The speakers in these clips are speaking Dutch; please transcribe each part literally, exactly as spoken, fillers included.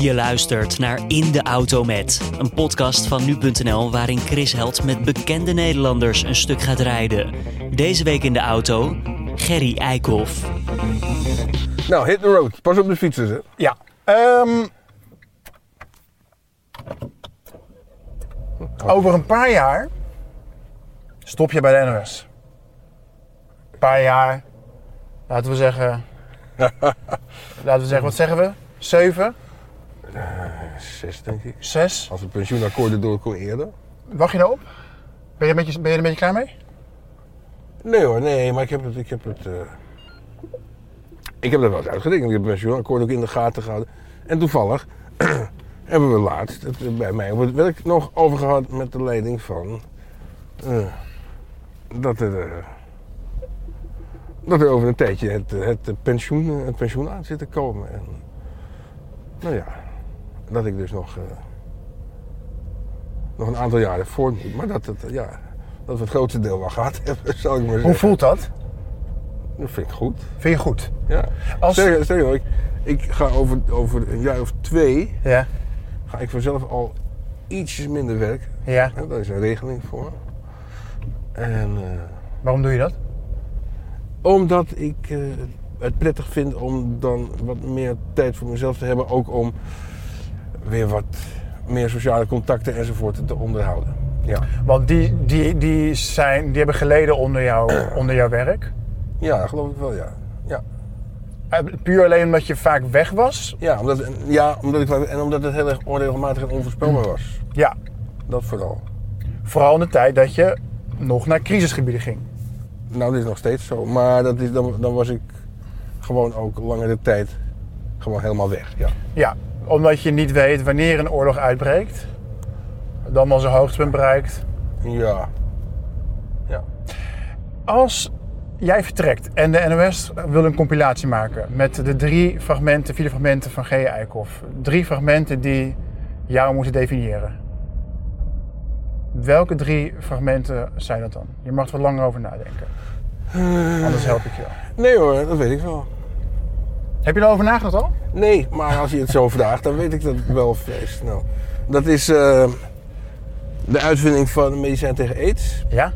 Je luistert naar In de Auto Met, een podcast van nu punt n l waarin Chris Held met bekende Nederlanders een stuk gaat rijden. Deze week in de auto, Gerry Eikhoff. Nou, hit the road. Pas op de fietsers, hè? Ja. Um, over een paar jaar stop je bij de N O S. Een paar jaar, laten we zeggen... laten we zeggen, wat zeggen we? Zeven? Uh, zes, denk ik. Zes? Als het pensioenakkoorden door kon eerder. Wacht je nou op? Ben je, een beetje, ben je er een beetje klaar mee? Nee hoor, nee, maar ik heb het... Ik heb het uh... Ik heb dat wel eens uitgerekend. Ik heb het pensioenakkoord ook in de gaten gehouden. En toevallig hebben we laatst het bij mij op het werk nog over gehad met de leiding van... Uh, dat er... Uh, dat er over een tijdje het, het, pensioen, het pensioen aan zit te komen. En, nou ja, dat ik dus nog, uh, nog een aantal jaren voor moet. Maar dat, het, ja, dat we het grootste deel wel gehad hebben, zal ik maar zeggen. Hoe voelt dat? Dat vind ik goed. Vind je goed? Ja. Als... Stel, stel je nou, ik, ik ga over, over een jaar of twee, ja. ga ik vanzelf al ietsjes minder werken. Ja. Ja, daar is een regeling voor. En, uh, waarom doe je dat? Omdat ik uh, het prettig vind om dan wat meer tijd voor mezelf te hebben. Ook om weer wat meer sociale contacten enzovoort te onderhouden. Ja. Want die, die, die, zijn, die hebben geleden onder, jou, onder jouw werk? Ja, geloof ik wel, ja. ja. Puur alleen omdat je vaak weg was? Ja, omdat, ja omdat ik, en omdat het heel erg onregelmatig en onvoorspelbaar was. Ja. Dat vooral. Vooral in de tijd dat je nog naar crisisgebieden ging. Nou, dit is nog steeds zo. Maar dat is, dan, dan was ik gewoon ook langere tijd gewoon helemaal weg. Ja. Ja, omdat je niet weet wanneer een oorlog uitbreekt. Dan al zijn hoogtepunt bereikt. Ja. Ja. Als jij vertrekt en de N O S wil een compilatie maken met de drie fragmenten, vier fragmenten van G. Eikhoff. Drie fragmenten die jou moeten definiëren. Welke drie fragmenten zijn dat dan? Je mag er wat langer over nadenken. Uh, Anders help ik je wel. Nee hoor, dat weet ik wel. Heb je erover nagedacht al? Nee, maar als je het zo vraagt, dan weet ik dat wel vrij snel. Dat is uh, de uitvinding van een medicijn tegen aids. Ja.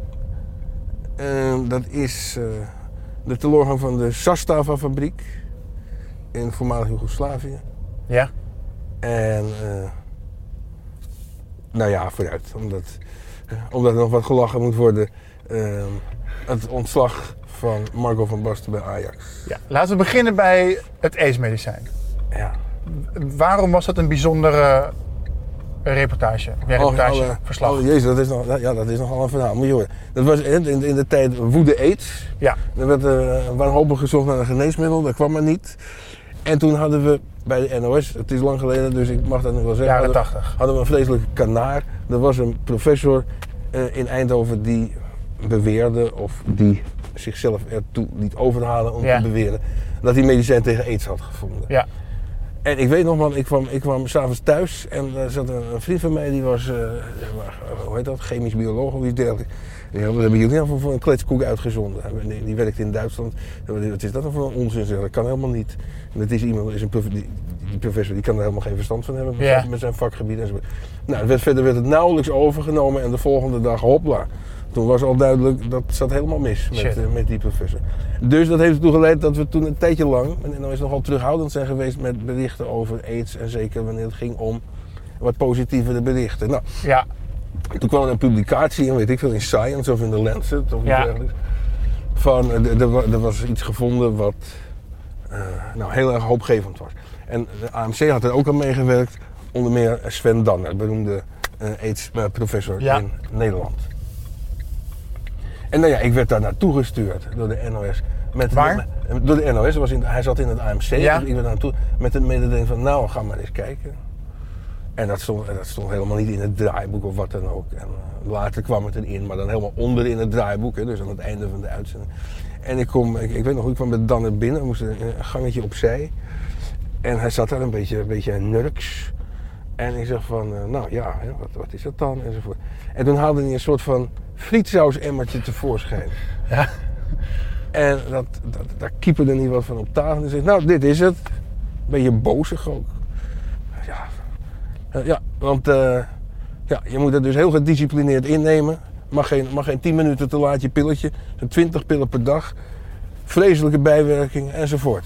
Uh, dat is uh, de teloorgang van de Sastava-fabriek in voormalig Joegoslavië. Ja. En... Uh, Nou ja, vooruit. Omdat, omdat er nog wat gelachen moet worden. Uh, het ontslag van Marco van Basten bij Ajax. Ja, laten we beginnen bij het aidsmedicijn. Ja. Waarom was dat een bijzondere reportage? Ja, reportageverslag. Oh, oh, jezus, dat is, nog, ja, dat is nogal een verhaal. Moet je horen. Dat was in, in, in de tijd woede aids. Ja. Er werd uh, wanhopig gezocht naar een geneesmiddel. Dat kwam maar niet. En toen hadden we bij de N O S, het is lang geleden, dus ik mag dat nog wel zeggen. Jaren tachtig. Hadden we een vreselijke kanaar. Er was een professor uh, in Eindhoven die beweerde, of die zichzelf ertoe liet overhalen om ja. te beweren, dat hij medicijn tegen aids had gevonden. Ja. En ik weet nog wel, ik kwam, ik kwam s'avonds thuis en er zat een, een vriend van mij, die was, uh, hoe heet dat, chemisch bioloog of iets dergelijks. Die hebben jullie heel veel voor een kletskoek uitgezonden. Die, die werkt in Duitsland. Wat is dat dan voor een onzin? Dat kan helemaal niet. En dat is iemand, is een prof, die, die professor, die kan er helemaal geen verstand van hebben met, ja. met zijn vakgebied en zo. Nou, werd, verder werd het nauwelijks overgenomen en de volgende dag, hopla. Toen was al duidelijk, dat zat helemaal mis met, uh, met die professor. Dus dat heeft ertoe geleid dat we toen een tijdje lang, en dan is nogal terughoudend zijn geweest met berichten over aids. En zeker wanneer het ging om wat positievere berichten. Nou, ja. Toen kwam er een publicatie, weet ik veel, in Science of in The Lancet of iets ja. dergelijks. Van, er, er was iets gevonden wat uh, nou, heel erg hoopgevend was. En de A M C had er ook aan meegewerkt, onder meer Sven Danner, beroemde uh, aids-professor ja. in Nederland. En nou ja, ik werd daar naartoe gestuurd door de N O S. Met Waar? De, door de N O S, was in, hij zat in het A M C, ja. dus ik werd daar naartoe met de mededeling van, nou, ga maar eens kijken. En dat stond, dat stond helemaal niet in het draaiboek of wat dan ook. En uh, later kwam het erin, maar dan helemaal onder in het draaiboek, hè, dus aan het einde van de uitzending. En ik, kom, ik, ik weet nog goed, ik kwam met Danner binnen, we moesten een gangetje opzij. En hij zat daar een beetje, een beetje nurks. En ik zeg van, uh, nou ja, ja wat, wat is dat dan? Enzovoort. En toen haalde hij een soort van frietsausemmertje tevoorschijn. Ja. En dat, dat, daar kieperde niet wat van op tafel. En zei, nou, dit is het. Ben je bozig ook? Uh, ja, want uh, ja, je moet het dus heel gedisciplineerd innemen. Mag geen, mag geen tien minuten te laat je pilletje. twintig pillen per dag. Vreselijke bijwerkingen enzovoort.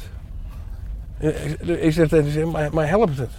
Ik zeg tegen ze, maar, maar helpt het?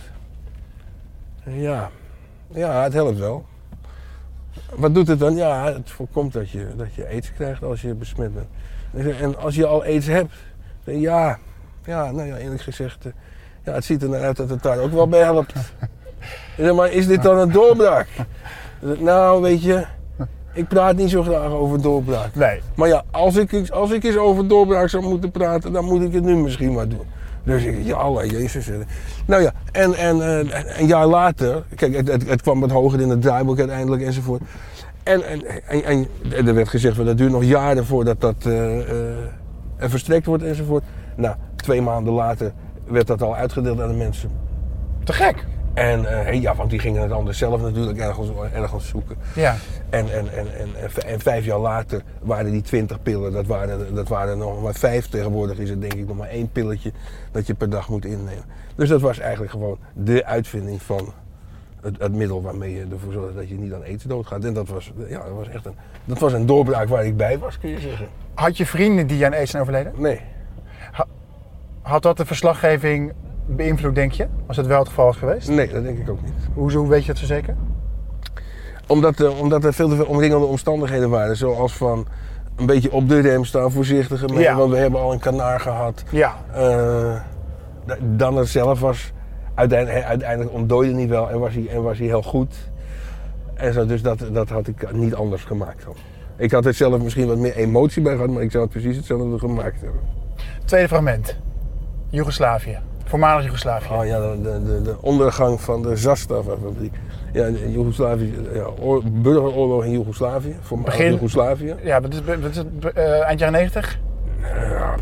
Ja. ja, het helpt wel. Wat doet het dan? Ja, het voorkomt dat je, dat je aids krijgt als je besmet bent. En als je al aids hebt, dan ja, ja, nou ja, eerlijk gezegd, ja, het ziet er naar uit dat het daar ook wel bij helpt. Maar is dit dan een doorbraak? Nou, weet je, ik praat niet zo graag over doorbraak. Nee. Maar ja, als ik, als ik eens over doorbraak zou moeten praten, dan moet ik het nu misschien maar doen. Dus ik, ja, Allah, Jezus. Nou ja, en, en uh, een jaar later, kijk, het, het, het kwam wat hoger in het draaiboek uiteindelijk enzovoort. En, en, en, en, en er werd gezegd, van, dat duurt nog jaren voordat dat uh, uh, verstrekt wordt enzovoort. Nou, twee maanden later werd dat al uitgedeeld aan de mensen. Te gek. En uh, ja, want die gingen het anders zelf natuurlijk ergens, ergens zoeken. Ja. En, en, en, en, en vijf jaar later waren die twintig pillen, dat waren, dat waren nog maar vijf. Tegenwoordig is het denk ik nog maar één pilletje dat je per dag moet innemen. Dus dat was eigenlijk gewoon de uitvinding van het, het middel waarmee je ervoor zorgde dat je niet aan aids doodgaat. En dat was, ja, dat was echt een, dat was een doorbraak waar ik bij was, kun je zeggen. Had je vrienden die aan aids zijn overleden? Nee. Ha, had dat de verslaggeving beïnvloed, denk je? Als het wel het geval was geweest? Nee, dat denk ik ook niet. Hoezo, hoe weet je dat zo zeker? Omdat, uh, omdat er veel te veel omringende omstandigheden waren. Zoals van een beetje op de rem staan, voorzichtiger mee. Ja. Want we hebben al een kanaar gehad. Ja. Uh, dan het zelf was, uiteindelijk, uiteindelijk ontdooide hij wel en was hij, en was hij heel goed. En zo, dus dat, dat had ik niet anders gemaakt. Dan. Ik had er zelf misschien wat meer emotie bij gehad, maar ik zou het precies hetzelfde gemaakt hebben. Tweede fragment. Joegoslavië. Voormalig Joegoslavië. Oh ja, de, de, de ondergang van de Zastava-fabriek. Ja, Joegoslavië, ja, oor, burgeroorlog in Joegoslavië, voormalig Begin, Joegoslavië. Ja, dat is, dat is uh, eind jaren negentig? Ja,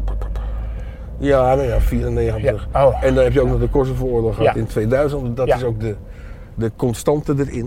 ja, nou ja, vierennegentig. Ja. Oh. En dan heb je ook nog de Kosovo-oorlog gehad ja. in tweeduizend. Dat ja. is ook de, de constante erin.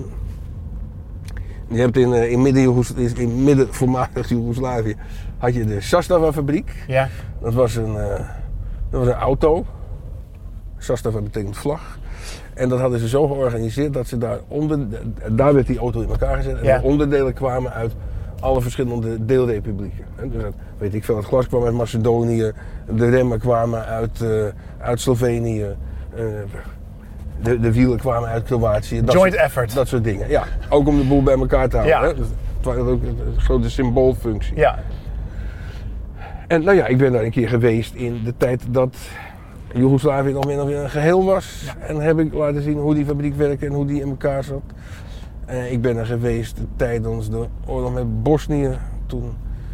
Je hebt in, in midden, in midden voormalig Joegoslavië had je de Zastava-fabriek. Ja. Dat was een, uh, dat was een auto. Zastava betekent vlag. En dat hadden ze zo georganiseerd dat ze daar onder, daar werd die auto in elkaar gezet en ja. de onderdelen kwamen uit alle verschillende deelrepublieken. Dus dat, weet ik veel, het glas kwam uit Macedonië, de remmen kwamen uit, uh, uit Slovenië, uh, de, de wielen kwamen uit Kroatië. Dat Joint soort, effort. Dat soort dingen, ja. Ook om de boel bij elkaar te houden. Ja. Hè? Dus het was ook een grote symboolfunctie. Ja. En nou ja, ik ben daar een keer geweest in de tijd dat Joegoslavië nog meer, nog meer een geheel was. Ja. En heb ik laten zien hoe die fabriek werkte en hoe die in elkaar zat. Uh, ik ben er geweest tijdens de oorlog met Bosnië. Toen,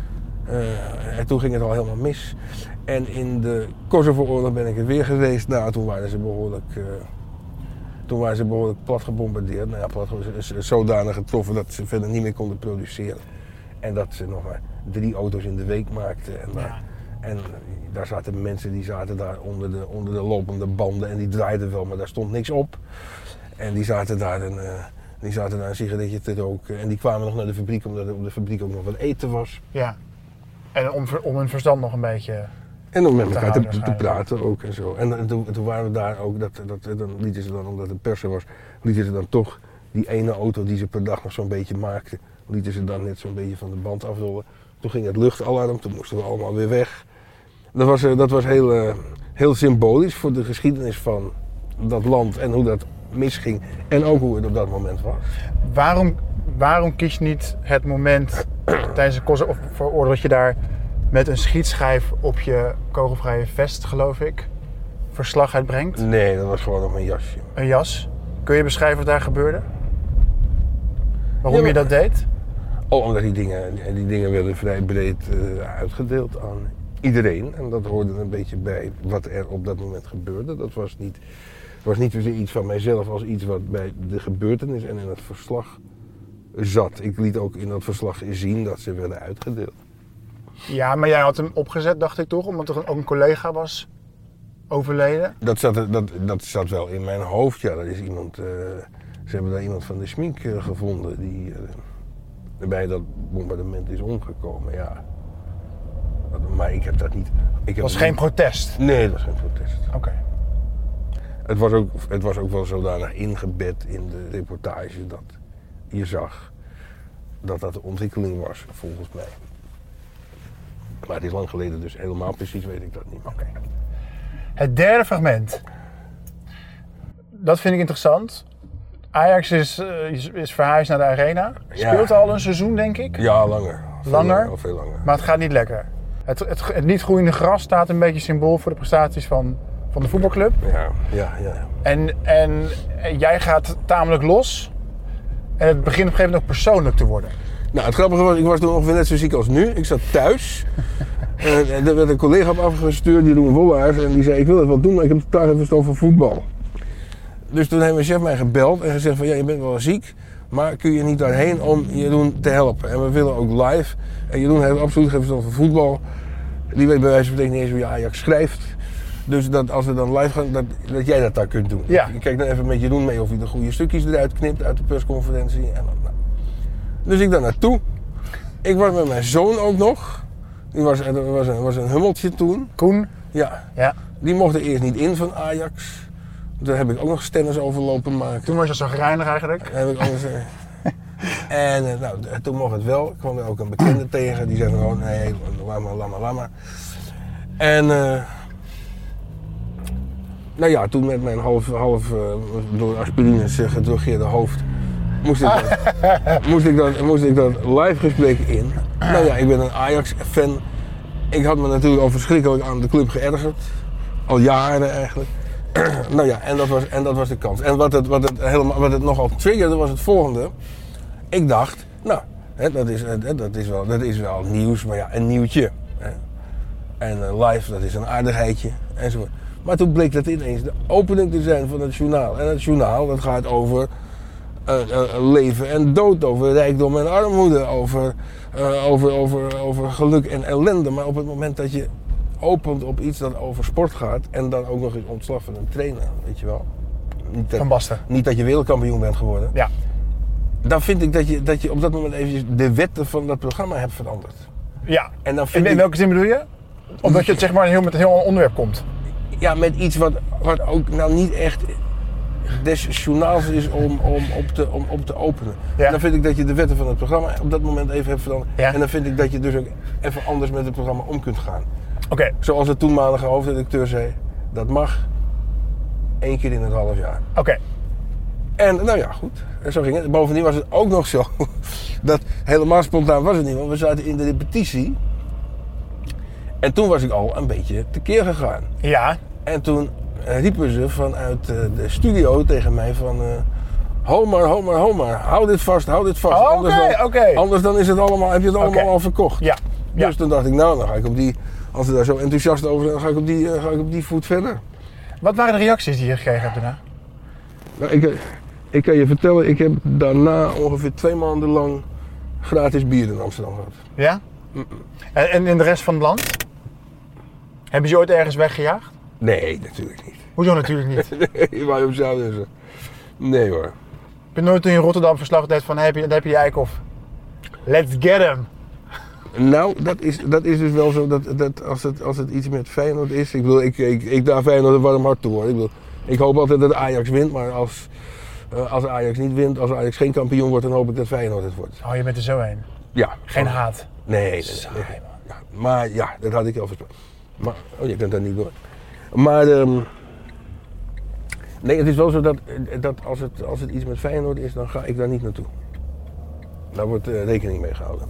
uh, en toen ging het al helemaal mis. En in de Kosovo-oorlog ben ik er weer geweest. Nou, toen waren ze behoorlijk, uh, toen waren ze behoorlijk plat gebombardeerd. Nou ja, plat, zodanig getroffen dat ze verder niet meer konden produceren. En dat ze nog maar drie auto's in de week maakten. En, ja. en daar zaten mensen die zaten daar onder de, onder de lopende banden en die draaiden wel, maar daar stond niks op. En die zaten daar een, uh, die zaten daar een sigaretje te roken. En die kwamen nog naar de fabriek omdat er op de fabriek ook nog wat eten was. Ja. En om, om hun verstand nog een beetje. En om met elkaar te, te, te praten ook en zo. En, en toen, toen waren we daar ook, dat, dat, dan lieten ze dan, omdat het persen was, lieten ze dan toch die ene auto die ze per dag nog zo'n beetje maakten, lieten ze dan net zo'n beetje van de band afrollen. Toen ging het luchtalarm, toen moesten we allemaal weer weg. Dat was, dat was heel, uh, heel symbolisch voor de geschiedenis van dat land en hoe dat misging. En ook hoe het op dat moment was. Waarom, waarom kies je niet het moment tijdens de Kosovo-oorlog dat je daar met een schietschijf op je kogelvrije vest, geloof ik, verslag uitbrengt? Nee, dat was gewoon nog een jasje. Een jas? Kun je beschrijven wat daar gebeurde? Waarom ja, maar, je dat deed? Oh, omdat die dingen, die dingen werden vrij breed uh, uitgedeeld aan iedereen. En dat hoorde een beetje bij wat er op dat moment gebeurde. Dat was niet, was niet zozeer iets van mijzelf als iets wat bij de gebeurtenis en in het verslag zat. Ik liet ook in dat verslag zien dat ze werden uitgedeeld. Ja, maar jij had hem opgezet, dacht ik toch? Omdat er ook een collega was overleden? Dat zat, dat, dat zat wel in mijn hoofd, ja. Dat is iemand, uh, ze hebben daar iemand van de Schmink uh, gevonden die uh, bij dat bombardement is omgekomen, ja. Maar ik heb dat niet... Ik heb het was geen niet... protest? Nee, dat was geen protest. Oké. Okay. het, was ook, het was ook wel zodanig ingebed in de reportage dat je zag dat dat de ontwikkeling was, volgens mij. Maar het is lang geleden, dus helemaal precies weet ik dat niet. Oké. Okay. Het derde fragment. Dat vind ik interessant. Ajax is, uh, is, is verhuisd naar de Arena. Speelt ja. al een seizoen, denk ik? Ja, langer. Langer? Veel, veel langer. Maar het gaat niet lekker. Het, het, het niet groeiende gras staat een beetje symbool voor de prestaties van, van de voetbalclub. Ja, ja, ja. En, en jij gaat tamelijk los. En het begint op een gegeven moment ook persoonlijk te worden. Nou, het grappige was, ik was toen ongeveer net zo ziek als nu. Ik zat thuis. En er werd een collega op afgestuurd, die Jeroen Wollaars. En die zei, ik wil het wel doen, maar ik heb totaal geen verstand van voetbal. Dus toen heeft mijn chef mij gebeld en gezegd van, ja, je bent wel ziek. Maar kun je niet daarheen om Jeroen te helpen? En we willen ook live. En Jeroen heeft absoluut geen verstand van voetbal. Die weet bij wijze van spreken niet eens hoe je Ajax schrijft. Dus dat als we dan live gaan, dat, dat jij dat daar kunt doen. Ja. Ik kijk dan even met Jeroen mee of hij de goede stukjes eruit knipt uit de persconferentie. En dan, nou. Dus ik daar naartoe. Ik was met mijn zoon ook nog. Die was, er was, een, was een hummeltje toen. Koen? Ja. Ja. Die mocht er eerst niet in van Ajax. Daar heb ik ook nog stennis over lopen maken. Toen was je zo gereinigd eigenlijk. Daar heb ik alles, en uh, nou, toen mocht het wel. Ik kwam er ook een bekende tegen. Die zei van, oh nee, laat maar, laat maar, laat maar. En uh, nou ja, toen met mijn half, half uh, door aspirines uh, gedrogeerde hoofd moest ik, dat, moest, ik dat, moest ik dat live gesprek in. Nou ja, ik ben een Ajax-fan. Ik had me natuurlijk al verschrikkelijk aan de club geërgerd. Al jaren eigenlijk. Nou ja, en dat was, en dat was de kans. En wat het, wat, het helemaal, wat het nogal triggerde was het volgende. Ik dacht, nou, hè, dat, is, hè, dat, is wel, dat is wel nieuws, maar ja, een nieuwtje. Hè. En uh, live, dat is een aardigheidje enzovoort. Maar toen bleek dat ineens de opening te zijn van het journaal. En het journaal, dat gaat over uh, uh, leven en dood, over rijkdom en armoede, over, uh, over, over, over geluk en ellende. Maar op het moment dat je opent op iets dat over sport gaat en dan ook nog eens ontslag van een trainer, weet je wel. Niet dat, van Basten. Niet dat je wereldkampioen bent geworden. Ja. Dan vind ik dat je, dat je op dat moment eventjes de wetten van dat programma hebt veranderd. Ja. En dan vind in, in welke zin bedoel je? Omdat je het zeg maar heel met een heel onderwerp komt. Ja, met iets wat, wat ook nou niet echt des journaals is om, om, op te, om op te openen. Ja. En dan vind ik dat je de wetten van het programma op dat moment even hebt veranderd. Ja. En dan vind ik dat je dus ook even anders met het programma om kunt gaan. Oké. Okay. Zoals de toenmalige hoofdredacteur zei, dat mag één keer in het half jaar. Oké. Okay. En nou ja, goed. En zo ging het. Bovendien was het ook nog zo, dat helemaal spontaan was het niet, want we zaten in de repetitie. En toen was ik al een beetje tekeer gegaan. Ja. En toen riepen ze vanuit de studio tegen mij van... Uh, ho maar, ho maar, ho maar. Hou dit vast, hou dit vast. Oh, oké, anders, dan, okay. anders dan is het allemaal, heb je het allemaal okay. al verkocht. Ja. Ja. Dus toen dacht ik, nou, dan ga ik op die... Als ze daar zo enthousiast over zijn, dan ga ik op die, uh, ga ik op die voet verder. Wat waren de reacties die je gekregen hebt daarna? Nou, ik, ik kan je vertellen, ik heb daarna ongeveer twee maanden lang gratis bier in Amsterdam gehad. Ja? Mm-mm. En, en in de rest van het land? Hebben ze je ooit ergens weggejaagd? Nee, natuurlijk niet. Hoezo natuurlijk niet? Nee, waarom zouden ze? Nee hoor. Heb je nooit toen je in Rotterdam verslag deed van, hey, heb je, dan heb je die Eikhoff. Let's get him! Nou, dat is, dat is dus wel zo dat, dat als, het, als het iets met Feyenoord is... Ik bedoel, ik, ik, ik daar Feyenoord een warm hart toe hoor. Ik, bedoel, ik hoop altijd dat Ajax wint, maar als, uh, als Ajax niet wint, als Ajax geen kampioen wordt, dan hoop ik dat Feyenoord het wordt. Oh, je bent er zo heen? Ja. Geen haat? Nee, nee, Saai, nee. Ja, maar ja, dat had ik al versproken. Maar, oh, je kunt dat niet door. Maar, um, nee, het is wel zo dat, dat als, het, als het iets met Feyenoord is, dan ga ik daar niet naartoe. Daar wordt uh, rekening mee gehouden.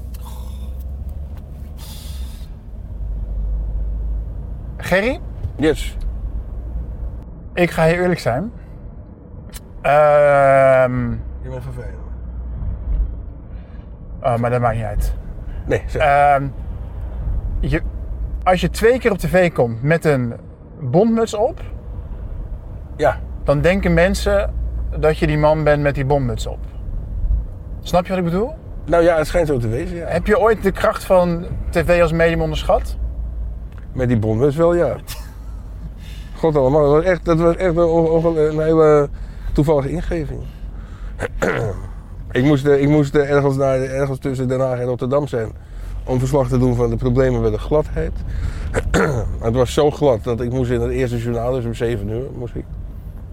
Gerry? Yes. Ik ga heel eerlijk zijn. Ehm... Je bent van Feyenoord. Oh, maar dat maakt niet uit. Nee, zeg. Um, je, als je twee keer op tv komt met een bondmuts op... Ja. Dan denken mensen dat je die man bent met die bondmuts op. Snap je wat ik bedoel? Nou ja, het schijnt zo te wezen, ja. Heb je ooit de kracht van tv als medium onderschat? Met die bondmuts wel, ja. God allemaal, dat was echt, dat was echt een, een hele toevallige ingeving. ik, moest, ik moest ergens, naar, ergens tussen Den Haag en Rotterdam zijn om verslag te doen van de problemen met de gladheid. Het was zo glad dat ik moest in het eerste journaal, dus om zeven uur moest ik.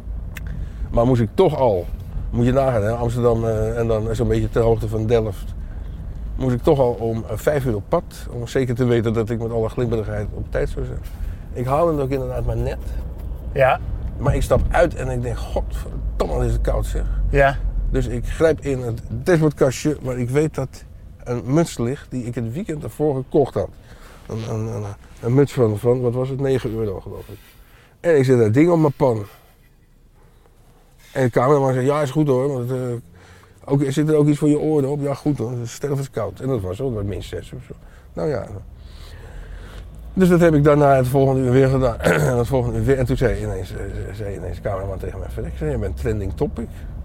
Maar moest ik toch al, moet je nagaan, hè, Amsterdam uh, en dan zo'n beetje ter hoogte van Delft. Moest ik toch al om uh, vijf uur op pad, om zeker te weten dat ik met alle glibberigheid op tijd zou zijn. Ik haalde het ook inderdaad maar net. Ja. Maar ik stap uit en ik denk, godverdomme, is het koud zeg. Ja. Dus ik grijp in het dashboardkastje waar ik weet dat een muts ligt die ik het weekend ervoor gekocht had. Een, een, een, een muts van, van, wat was het, negen euro geloof ik. En ik zet dat ding op mijn pan. En de cameraman zei, ja is goed hoor, want, uh, ook, zit er ook iets voor je oren op? Ja goed hoor, het is stervenskoud. En dat was ook, wat min zes of zo. Nou ja. Dus dat heb ik daarna het volgende uur weer gedaan. en, het volgende uur weer. En toen zei ineens, zei ineens de cameraman tegen mij, verrek, je bent trending topic.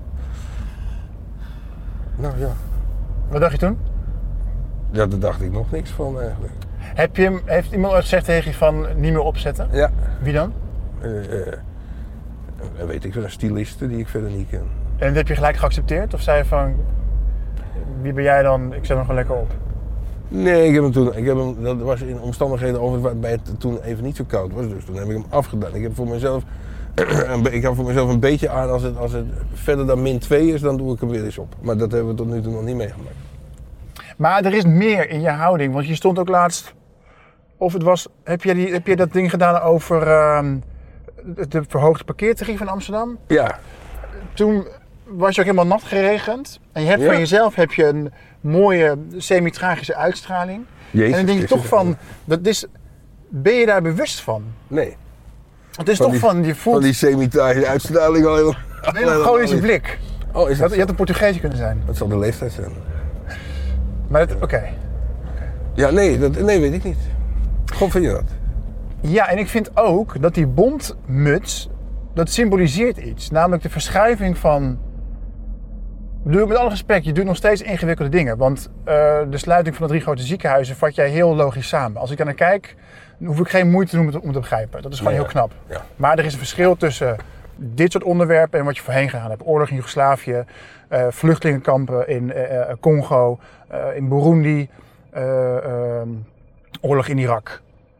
Nou ja. Wat dacht je toen? Ja, daar dacht ik nog niks van eigenlijk. Heb je, heeft iemand ooit gezegd tegen je van niet meer opzetten? Ja. Wie dan? Uh, uh, weet ik wel, een styliste die ik verder niet ken. En dat heb je gelijk geaccepteerd? Of zei je van, wie ben jij dan? Ik zet hem gewoon lekker op. Nee, ik heb hem toen, ik heb hem, dat was in omstandigheden over waarbij het toen even niet zo koud was. Dus toen heb ik hem afgedaan. Ik heb voor mezelf, ik heb voor mezelf een beetje aan, als het, als het verder dan min twee is, dan doe ik hem weer eens op. Maar dat hebben we tot nu toe nog niet meegemaakt. Maar er is meer in je houding, want je stond ook laatst, of het was, heb je, die, heb je dat ding gedaan over uh, de verhoogde parkeertarief in Amsterdam? Ja. Toen was je ook helemaal nat geregend en je hebt ja. van jezelf heb je een mooie semi-tragische uitstraling. Jezus, en dan denk je toch van, dat is, ben je daar bewust van? Nee. Het is van toch die, van, je voelt... Van die semi-tragische uitstraling al helemaal... Een hele golische blik. Oh, is dat je had een Portugees kunnen zijn. Dat zal de leeftijd zijn. Maar oké. Okay. Ja, nee, dat, nee, weet ik niet. God, vind je dat? Ja, en ik vind ook dat die bontmuts, dat symboliseert iets. Namelijk de verschuiving van... Ik bedoel, met alle respect, je doet nog steeds ingewikkelde dingen. Want uh, de sluiting van de drie grote ziekenhuizen vat jij heel logisch samen. Als ik daar naar kijk, dan hoef ik geen moeite te doen om het, om te begrijpen. Dat is gewoon ja, heel knap. Ja. Maar er is een verschil tussen dit soort onderwerpen en wat je voorheen gedaan hebt. Oorlog in Joegoslavië, uh, vluchtelingenkampen in uh, Congo, uh, in Burundi, uh, uh, oorlog in Irak.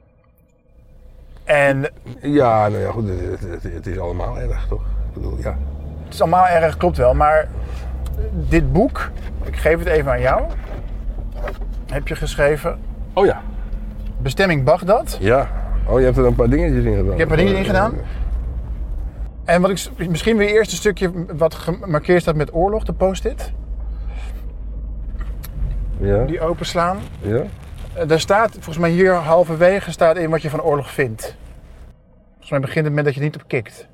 En... Ja, nou ja, goed, het, het, het is allemaal erg, toch? Ik bedoel, ja. Het is allemaal erg, klopt wel, maar dit boek, ik geef het even aan jou, heb je geschreven. Oh ja. Bestemming Bagdad. Ja. Oh, je hebt er een paar dingetjes in gedaan. Ik heb er dingetjes in gedaan. En wat ik, misschien weer eerst een stukje wat gemarkeerd staat met oorlog, de post-it. Ja. Die openslaan. Ja. Daar staat, volgens mij hier halverwege staat in wat je van oorlog vindt. Volgens mij begint het met dat je niet op kikt.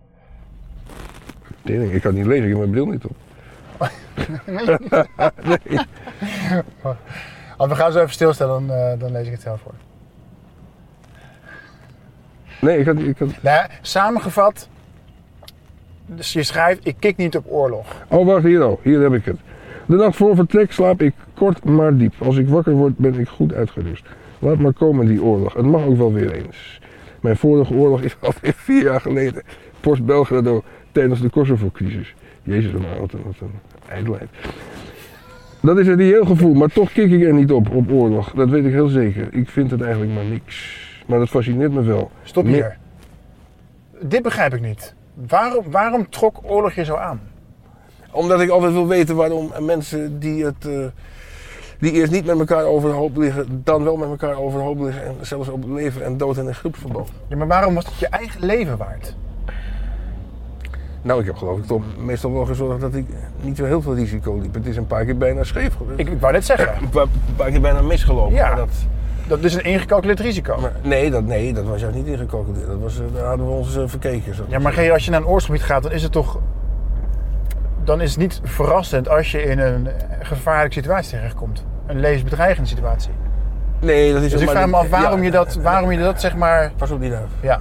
Nee, ik kan niet lezen, ik heb mijn bril niet op. nee. nee. Als we gaan zo even stilstellen, dan, uh, dan lees ik het zelf voor. Nee, ik kan niet. Kan... Nou, samengevat, dus je schrijft, ik kik niet op oorlog. Oh, wacht, hier al. Hier heb ik het. De nacht voor vertrek slaap ik kort maar diep. Als ik wakker word, ben ik goed uitgerust. Laat maar komen die oorlog. Het mag ook wel weer eens. Mijn vorige oorlog is alweer vier jaar geleden. Post Belgrado tijdens de Kosovo-crisis. Jezus, wat een, wat een ijdelheid. Dat is een reëel gevoel, maar toch kik ik er niet op, op oorlog. Dat weet ik heel zeker. Ik vind het eigenlijk maar niks. Maar dat fascineert me wel. Stop hier. Nee. Dit begrijp ik niet. Waarom, waarom trok oorlog je zo aan? Omdat ik altijd wil weten waarom mensen die het... Uh, die eerst niet met elkaar overhoop liggen, dan wel met elkaar overhoop liggen en zelfs op leven en dood en een groepsverband. Ja, maar waarom was het je eigen leven waard? Nou, ik heb geloof ik toch meestal wel gezorgd dat ik niet zo heel veel risico liep. Het is een paar keer bijna scheef geweest. Ik, ik wou net zeggen. Een paar, een paar keer bijna misgelopen. Ja, dat, dat is een ingecalculeerd risico. Maar, nee, dat, nee, dat was juist niet ingecalculeerd. Dat was, daar hadden we ons uh, verkeken. Zo. Ja, maar als je naar een oorlogsgebied gaat, dan is het toch... Dan is het niet verrassend als je in een gevaarlijke situatie terechtkomt. Een levensbedreigende situatie. Nee, dat is... Dus ik vraag me af waarom, ja, je dat, waarom je dat zeg maar... Pas op die duif. Ja.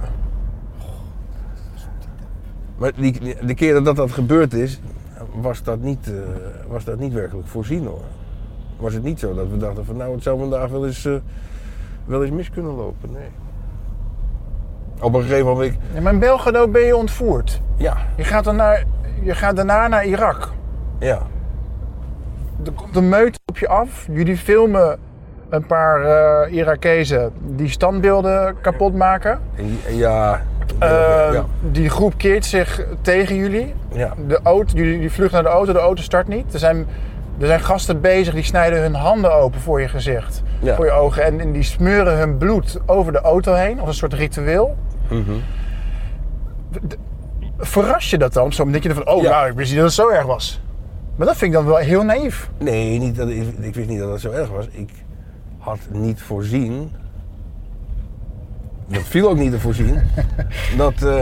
Maar die, de keren dat dat gebeurd is, was dat niet, uh, was dat niet werkelijk voorzien hoor. Was het niet zo dat we dachten van nou het zou vandaag wel eens, uh, wel eens mis kunnen lopen, nee. Op een gegeven moment... Ja, maar in Belgrado ben je ontvoerd. Ja. Je gaat, dan naar, je gaat daarna naar Irak. Ja. Er komt een meute op je af. Jullie filmen een paar uh, Irakezen die standbeelden kapot maken. Ja. Uh, ja. Die groep keert zich tegen jullie. Ja. De auto, jullie, jullie vluchten naar de auto, de auto start niet. Er zijn, er zijn gasten bezig, die snijden hun handen open voor je gezicht, Ja. voor je ogen. En, en die smeuren hun bloed over de auto heen, als een soort ritueel. Mm-hmm. De, verras je dat dan? Zo denk je van, oh Ja. nou, ik wist niet dat het zo erg was. Maar dat vind ik dan wel heel naïef. Nee, niet dat, ik, ik wist niet dat het zo erg was. Ik had niet voorzien, dat viel ook niet te voorzien, dat, uh,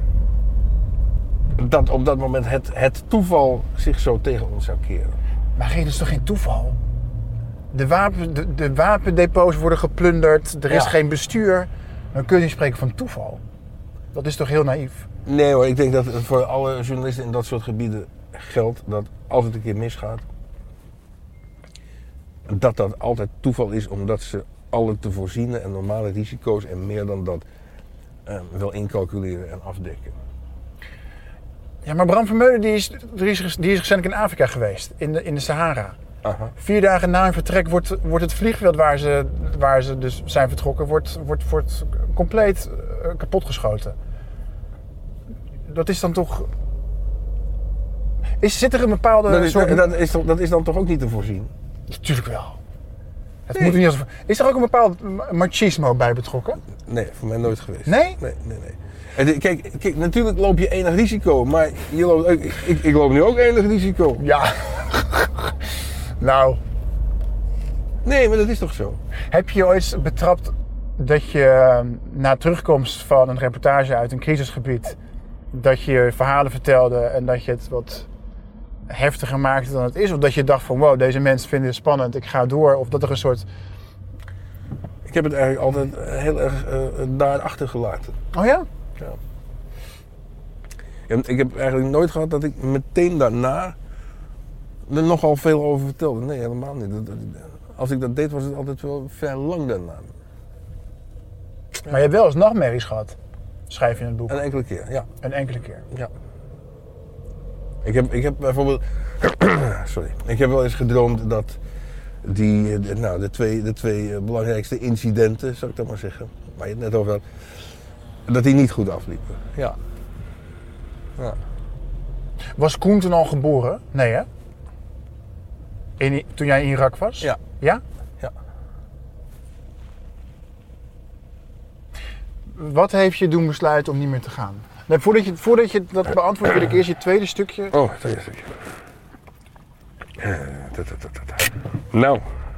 dat op dat moment het, het toeval zich zo tegen ons zou keren. Maar geen, dat is toch geen toeval? De, wapen, de, de wapendepots worden geplunderd, er is Ja. geen bestuur. Dan kun je niet spreken van toeval. Dat is toch heel naïef? Nee hoor, ik denk dat voor alle journalisten in dat soort gebieden geldt dat als het een keer misgaat, dat dat altijd toeval is omdat ze alle te voorziene en normale risico's en meer dan dat uh, wel incalculeren en afdekken. Ja, maar Bram Vermeulen die is, die is, die is recentelijk in Afrika geweest, in de, in de Sahara. Aha. Vier dagen na hun vertrek wordt, wordt het vliegveld waar ze, waar ze dus zijn vertrokken, wordt, wordt, wordt compleet uh, kapotgeschoten. Dat is dan toch... Is, zit er een bepaalde Dat is, soort... dat, is, toch- dat is dan toch ook niet te voorzien? Natuurlijk wel. Het Nee. moet er niet als... Is er ook een bepaald machismo bij betrokken? Nee, voor mij nooit geweest. Nee? Nee, nee, nee. En de- kijk, kijk, natuurlijk loop je enig risico, maar je loopt, ik, ik, ik loop nu ook enig risico. Ja. Nou, Nee, maar dat is toch zo? heb je je ooit betrapt dat je na terugkomst van een reportage uit een crisisgebied, dat je verhalen vertelde en dat je het wat heftiger maakte dan het is? Of dat je dacht van wow, deze mensen vinden het spannend, ik ga door. Of dat er een soort... Ik heb het eigenlijk altijd heel erg uh, daarachter gelaten. Oh ja? Ja. En ik heb eigenlijk nooit gehad dat ik meteen daarna er nogal veel over vertelde. Nee, helemaal niet. Dat- dat- Als ik dat deed, was het altijd wel vrij lang daarna. Maar je hebt wel eens nachtmerries gehad, schrijf je in het boek. Een enkele keer, ja. Een enkele keer. ja. Ik, heb, ik heb bijvoorbeeld... Sorry. Ik heb wel eens gedroomd dat die, eh, nou, de twee, de twee eh, belangrijkste incidenten, zou ik dat maar zeggen, waar je het net over had, dat die niet goed afliepen. Ja. Ja. Was Koen toen al geboren? Nee hè? In, toen jij in Irak was? Ja. Ja? Ja. Wat heeft je doen besluiten om niet meer te gaan? Nee, voordat, je, voordat je dat beantwoordt, wil ik eerst je tweede stukje. Oh, dat is het. Nou,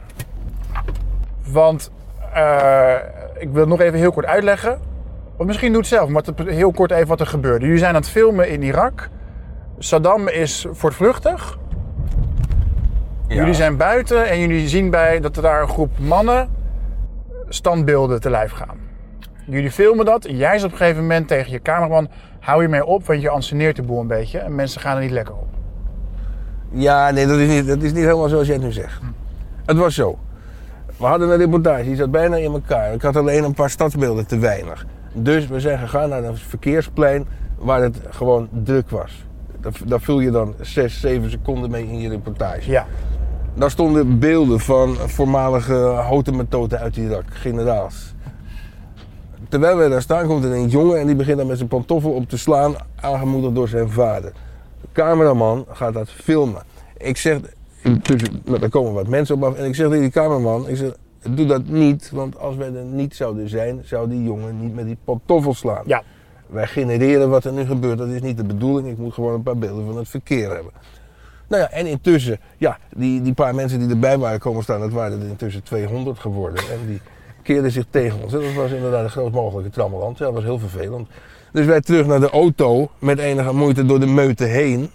Want uh, ik wil het nog even heel kort uitleggen. Of misschien doe het zelf, maar het, heel kort even wat er gebeurde. Jullie zijn aan het filmen in Irak. Saddam is voortvluchtig. ja. Jullie zijn buiten en jullie zien bij dat er daar een groep mannen standbeelden te lijf gaan. Jullie filmen dat. Jij zegt op een gegeven moment tegen je cameraman: hou je mee op, want je anceneert de boel een beetje en mensen gaan er niet lekker op. Ja, nee, dat is, niet, dat is niet helemaal zoals jij het nu zegt. Het was zo. We hadden een reportage, die zat bijna in elkaar. Ik had alleen een paar stadsbeelden te weinig. Dus we zijn gegaan naar een verkeersplein waar het gewoon druk was. Daar, daar vul je dan zes, zeven seconden mee in je reportage. Ja. Daar stonden beelden van voormalige houten uit Irak, generaals. Terwijl wij daar staan, komt er een jongen en die begint dan met zijn pantoffel op te slaan, aangemoedigd door zijn vader. De cameraman gaat dat filmen. Ik zeg, intussen, nou, daar komen wat mensen op af en ik zeg tegen die cameraman, ik zeg, doe dat niet, want als wij er niet zouden zijn, zou die jongen niet met die pantoffel slaan. Ja. Wij genereren wat er nu gebeurt, dat is niet de bedoeling, ik moet gewoon een paar beelden van het verkeer hebben. Nou ja, en intussen, ja, die, die paar mensen die erbij waren komen staan, dat waren er intussen tweehonderd geworden. En die keerden zich tegen ons. En dat was inderdaad een groot mogelijke trammeland. Ja, dat was heel vervelend. Dus wij terug naar de auto, met enige moeite door de meute heen.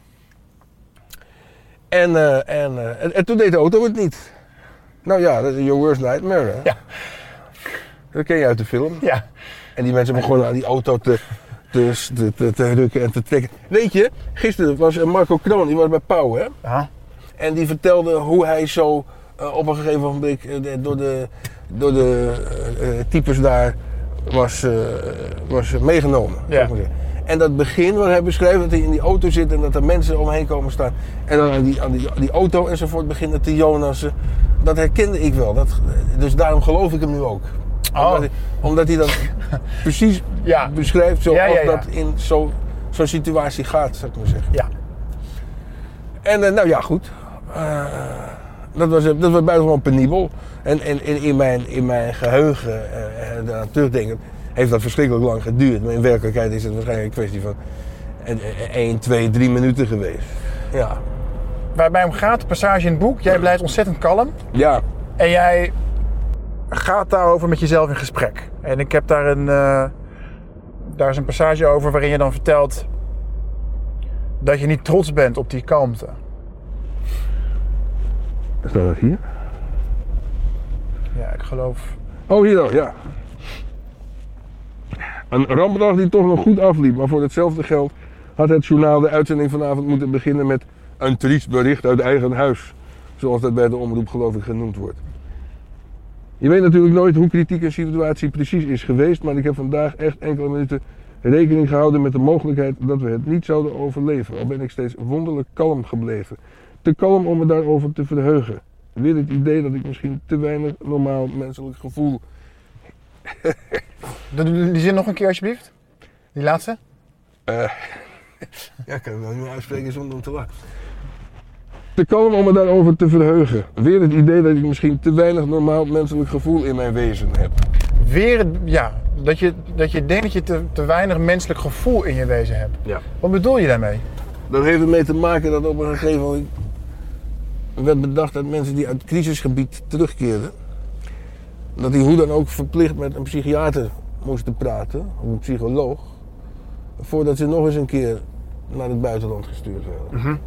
En, uh, en, uh, en, en toen deed de auto het niet. Nou ja, dat is your worst nightmare, hè? Ja. Dat ken je uit de film. Ja. En die mensen begonnen aan die auto te, te, te, te, te rukken en te trekken. Weet je, gisteren was Marco Kroon, die was bij Pauw, hè? Aha. En die vertelde hoe hij zo uh, op een gegeven moment uh, door de, door de uh, uh, types daar was, uh, was meegenomen. Ja. Zou ik maar zeggen. En dat begin waar hij beschrijft, dat hij in die auto zit en dat er mensen omheen komen staan. En dan aan die, aan die, die auto enzovoort beginnen te jonassen. Dat herkende ik wel. Dat, dus daarom geloof ik hem nu ook. Oh. Omdat, hij, omdat hij dat precies ja. beschrijft zoals Ja, ja, ja. dat in zo, zo'n situatie gaat, zou ik maar zeggen. Ja. En uh, nou ja, goed. Uh, dat, was, dat was buitengewoon penibel. En, en, en in, mijn, in mijn geheugen, uh, daaraan terugdenken, heeft dat verschrikkelijk lang geduurd. Maar in werkelijkheid is het waarschijnlijk een kwestie van één, twee, drie minuten geweest. Ja. Waar het mij om gaat, de passage in het boek, jij blijft ontzettend kalm. Ja. En jij gaat daarover met jezelf in gesprek. En ik heb daar een, uh, daar is een passage over waarin je dan vertelt dat je niet trots bent op die kalmte. Is dat dat hier? Ja, ik geloof... Oh, hier dan, ja. Een rampdag die toch nog goed afliep, maar voor hetzelfde geld had het journaal de uitzending vanavond moeten beginnen met een triest bericht uit eigen huis. Zoals dat bij de omroep geloof ik genoemd wordt. Je weet natuurlijk nooit hoe kritiek een situatie precies is geweest, maar ik heb vandaag echt enkele minuten rekening gehouden met de mogelijkheid dat we het niet zouden overleven. Al ben ik steeds wonderlijk kalm gebleven. Te kalm om me daarover te verheugen. Weer het idee dat ik misschien te weinig normaal menselijk gevoel... Die zin nog een keer alsjeblieft. Die laatste. Uh, ja, ik kan het wel niet meer uitspreken zonder om te lachen. Te kalm om me daarover te verheugen. Weer het idee dat ik misschien te weinig normaal menselijk gevoel in mijn wezen heb. Weer, het, ja, dat je, dat je denkt dat je te, te weinig menselijk gevoel in je wezen hebt. Ja. Wat bedoel je daarmee? Dat heeft ermee te maken dat op een gegeven moment werd bedacht dat mensen die uit het crisisgebied terugkeerden, dat die hoe dan ook verplicht met een psychiater moesten praten, of een psycholoog, voordat ze nog eens een keer naar het buitenland gestuurd werden. Mm-hmm.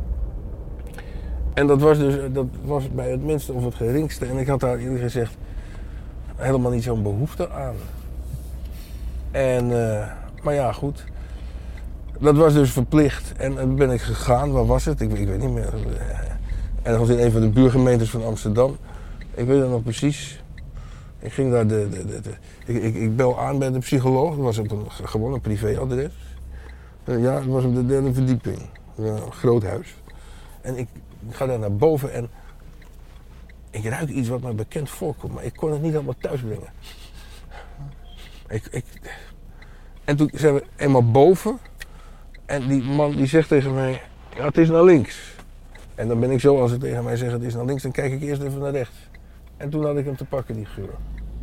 En dat was dus dat was bij het minste of het geringste. En ik had daar eerlijk gezegd helemaal niet zo'n behoefte aan. En, uh, maar ja, goed. Dat was dus verplicht. En dan ben ik gegaan. Waar was het? Ik, ik weet niet meer. Ergens in een van de buurgemeentes van Amsterdam. Ik weet het nog precies. Ik ging daar de... de, de, de ik, ik, ik bel aan bij de psycholoog. Dat was op een, gewoon een privéadres. Uh, ja, het was op de derde verdieping. Een groot huis. En ik ga daar naar boven en ik ruik iets wat mij bekend voorkomt, maar ik kon het niet allemaal thuis brengen. Ik, ik... En toen zijn we eenmaal boven en die man die zegt tegen mij, ja, het is naar links. En dan ben ik zo, als hij tegen mij zegt het is naar links, dan kijk ik eerst even naar rechts. En toen had ik hem te pakken, die geur.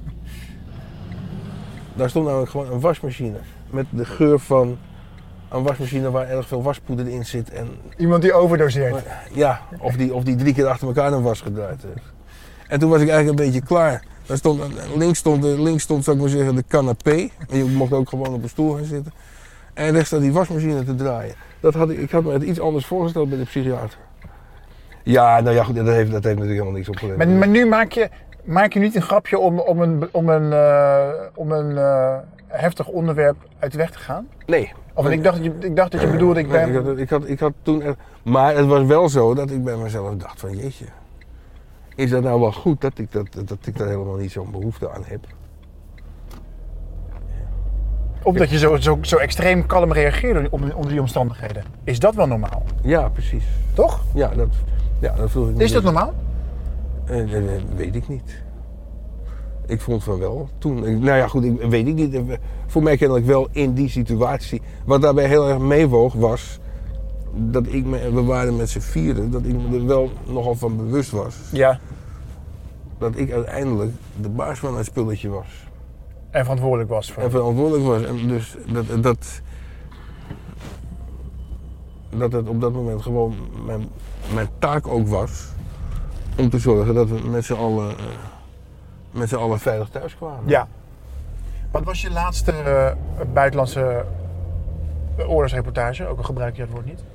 Daar stond namelijk gewoon een wasmachine met de geur van een wasmachine waar erg veel waspoeder in zit. En, Iemand die overdoseert. ja, of die, of die drie keer achter elkaar een was gedraaid heeft. En toen was ik eigenlijk een beetje klaar. Daar stond, links, stond, links stond, zou ik maar zeggen, de canapé. En je mocht ook gewoon op een stoel gaan zitten. En rechts staat die wasmachine te draaien. Dat had ik, ik had me het iets anders voorgesteld bij de psychiater. Ja, nou ja, goed, dat heeft, dat heeft natuurlijk helemaal niks opgeleverd. Maar, maar nu maak je, maak je niet een grapje om, om een, om een, uh, om een uh, heftig onderwerp uit de weg te gaan? Nee. Of ik dacht, ik dacht dat je bedoelde, ik ben... Nee, ik, had, ik, had, ik had toen... Er, maar het was wel zo dat ik bij mezelf dacht van jeetje. Is dat nou wel goed dat ik, dat, dat ik daar helemaal niet zo'n behoefte aan heb? Omdat je zo, zo, zo extreem kalm reageerde onder die omstandigheden. Is dat wel normaal? Ja, precies. Toch? Ja, dat, ja, dat vroeg ik me. Is dat normaal? Uh, uh, uh, weet ik niet. Ik vond van wel toen. Ik, nou ja, goed, ik, weet ik niet. Voor mij kennelijk wel in die situatie. Wat daarbij heel erg meewoog was dat ik me, we waren met z'n vieren, dat ik me er wel nogal van bewust was. Ja. Dat ik uiteindelijk de baas van het spulletje was. En verantwoordelijk was voor. En verantwoordelijk was. En dus dat, dat, dat het op dat moment gewoon mijn, mijn taak ook was om te zorgen dat we met z'n allen, uh, met z'n allen veilig thuis kwamen. Ja. Wat was je laatste uh, buitenlandse oorlogsreportage? Ook al gebruik je dat woord niet.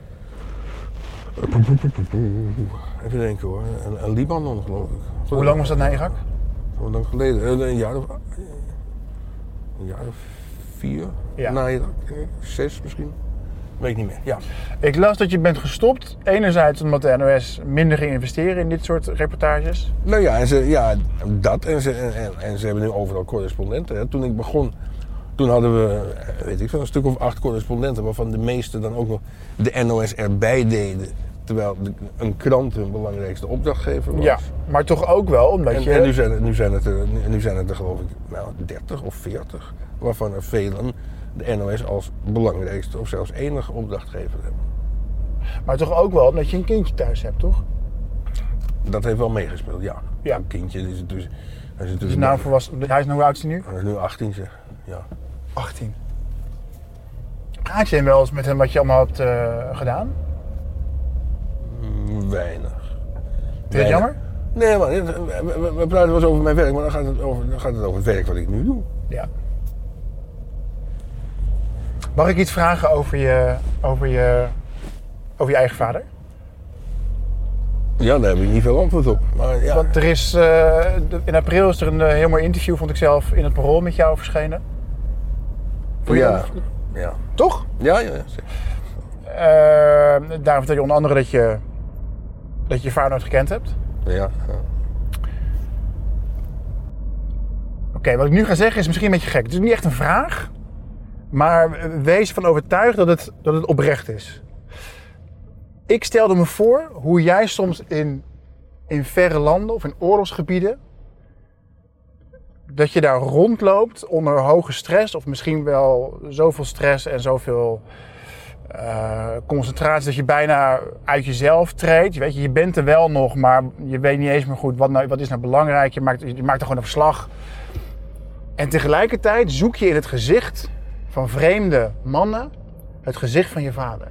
Even denken hoor, een, een Libanon geloof ik. Hoe lang was dat naar Irak? Hoe lang geleden? Een jaar of, een jaar of vier ja. na Irak, zes misschien. Weet ik niet meer, ja. Ik las dat je bent gestopt, enerzijds omdat de N O S minder ging investeren in dit soort reportages. Nou ja, en ze, ja dat en ze, en, en ze hebben nu overal correspondenten. Hè. Toen ik begon, toen hadden we, weet ik veel, een stuk of acht correspondenten, waarvan de meeste dan ook nog de N O S erbij deden Terwijl de, een krant hun belangrijkste opdrachtgever was. Ja, maar toch ook wel, omdat En, je... en nu, zijn, het- nu, zijn het er, nu zijn het er geloof ik nou, dertig of veertig. Waarvan er velen de N O S als belangrijkste of zelfs enige opdrachtgever hebben. Maar toch ook wel omdat je een kindje thuis hebt, toch? Dat heeft wel meegespeeld, ja. Ja. Een kindje is het dus... Hij is, Dus dus nou volwassen... Hij is nou, hoe oud is hij nu? Hij is nu achttien zeg. Ja. achttien. Praat je wel eens met hem wat je allemaal hebt uh, gedaan? Mm, Weinig. Vind je het jammer? Nee, man, we, we, we praten wel eens over mijn werk, maar dan gaat, het over, dan gaat het over het werk wat ik nu doe. Ja. Mag ik iets vragen over je, over je, over je eigen vader? Ja, daar heb ik niet veel antwoord op. Maar ja. Want er is, uh, in april is er een uh, heel mooi interview, vond ik zelf, in het Parool met jou verschenen. Voor ja. jou? Ja. Toch? Ja, ja, ja. Zeker. Uh, daar vertel je onder andere dat je, dat je je vader nooit gekend hebt. Ja. ja. Oké, okay, wat ik nu ga zeggen is misschien een beetje gek. Het is niet echt een vraag, maar wees ervan overtuigd dat het, dat het oprecht is. Ik stelde me voor hoe jij soms in, in verre landen of in oorlogsgebieden, dat je daar rondloopt onder hoge stress of misschien wel zoveel stress en zoveel uh, concentratie dat je bijna uit jezelf treedt. Je, weet je, je bent er wel nog, maar je weet niet eens meer goed wat, nou, wat is nou belangrijk. Je maakt, je maakt er gewoon een verslag. En tegelijkertijd zoek je in het gezicht van vreemde mannen het gezicht van je vader.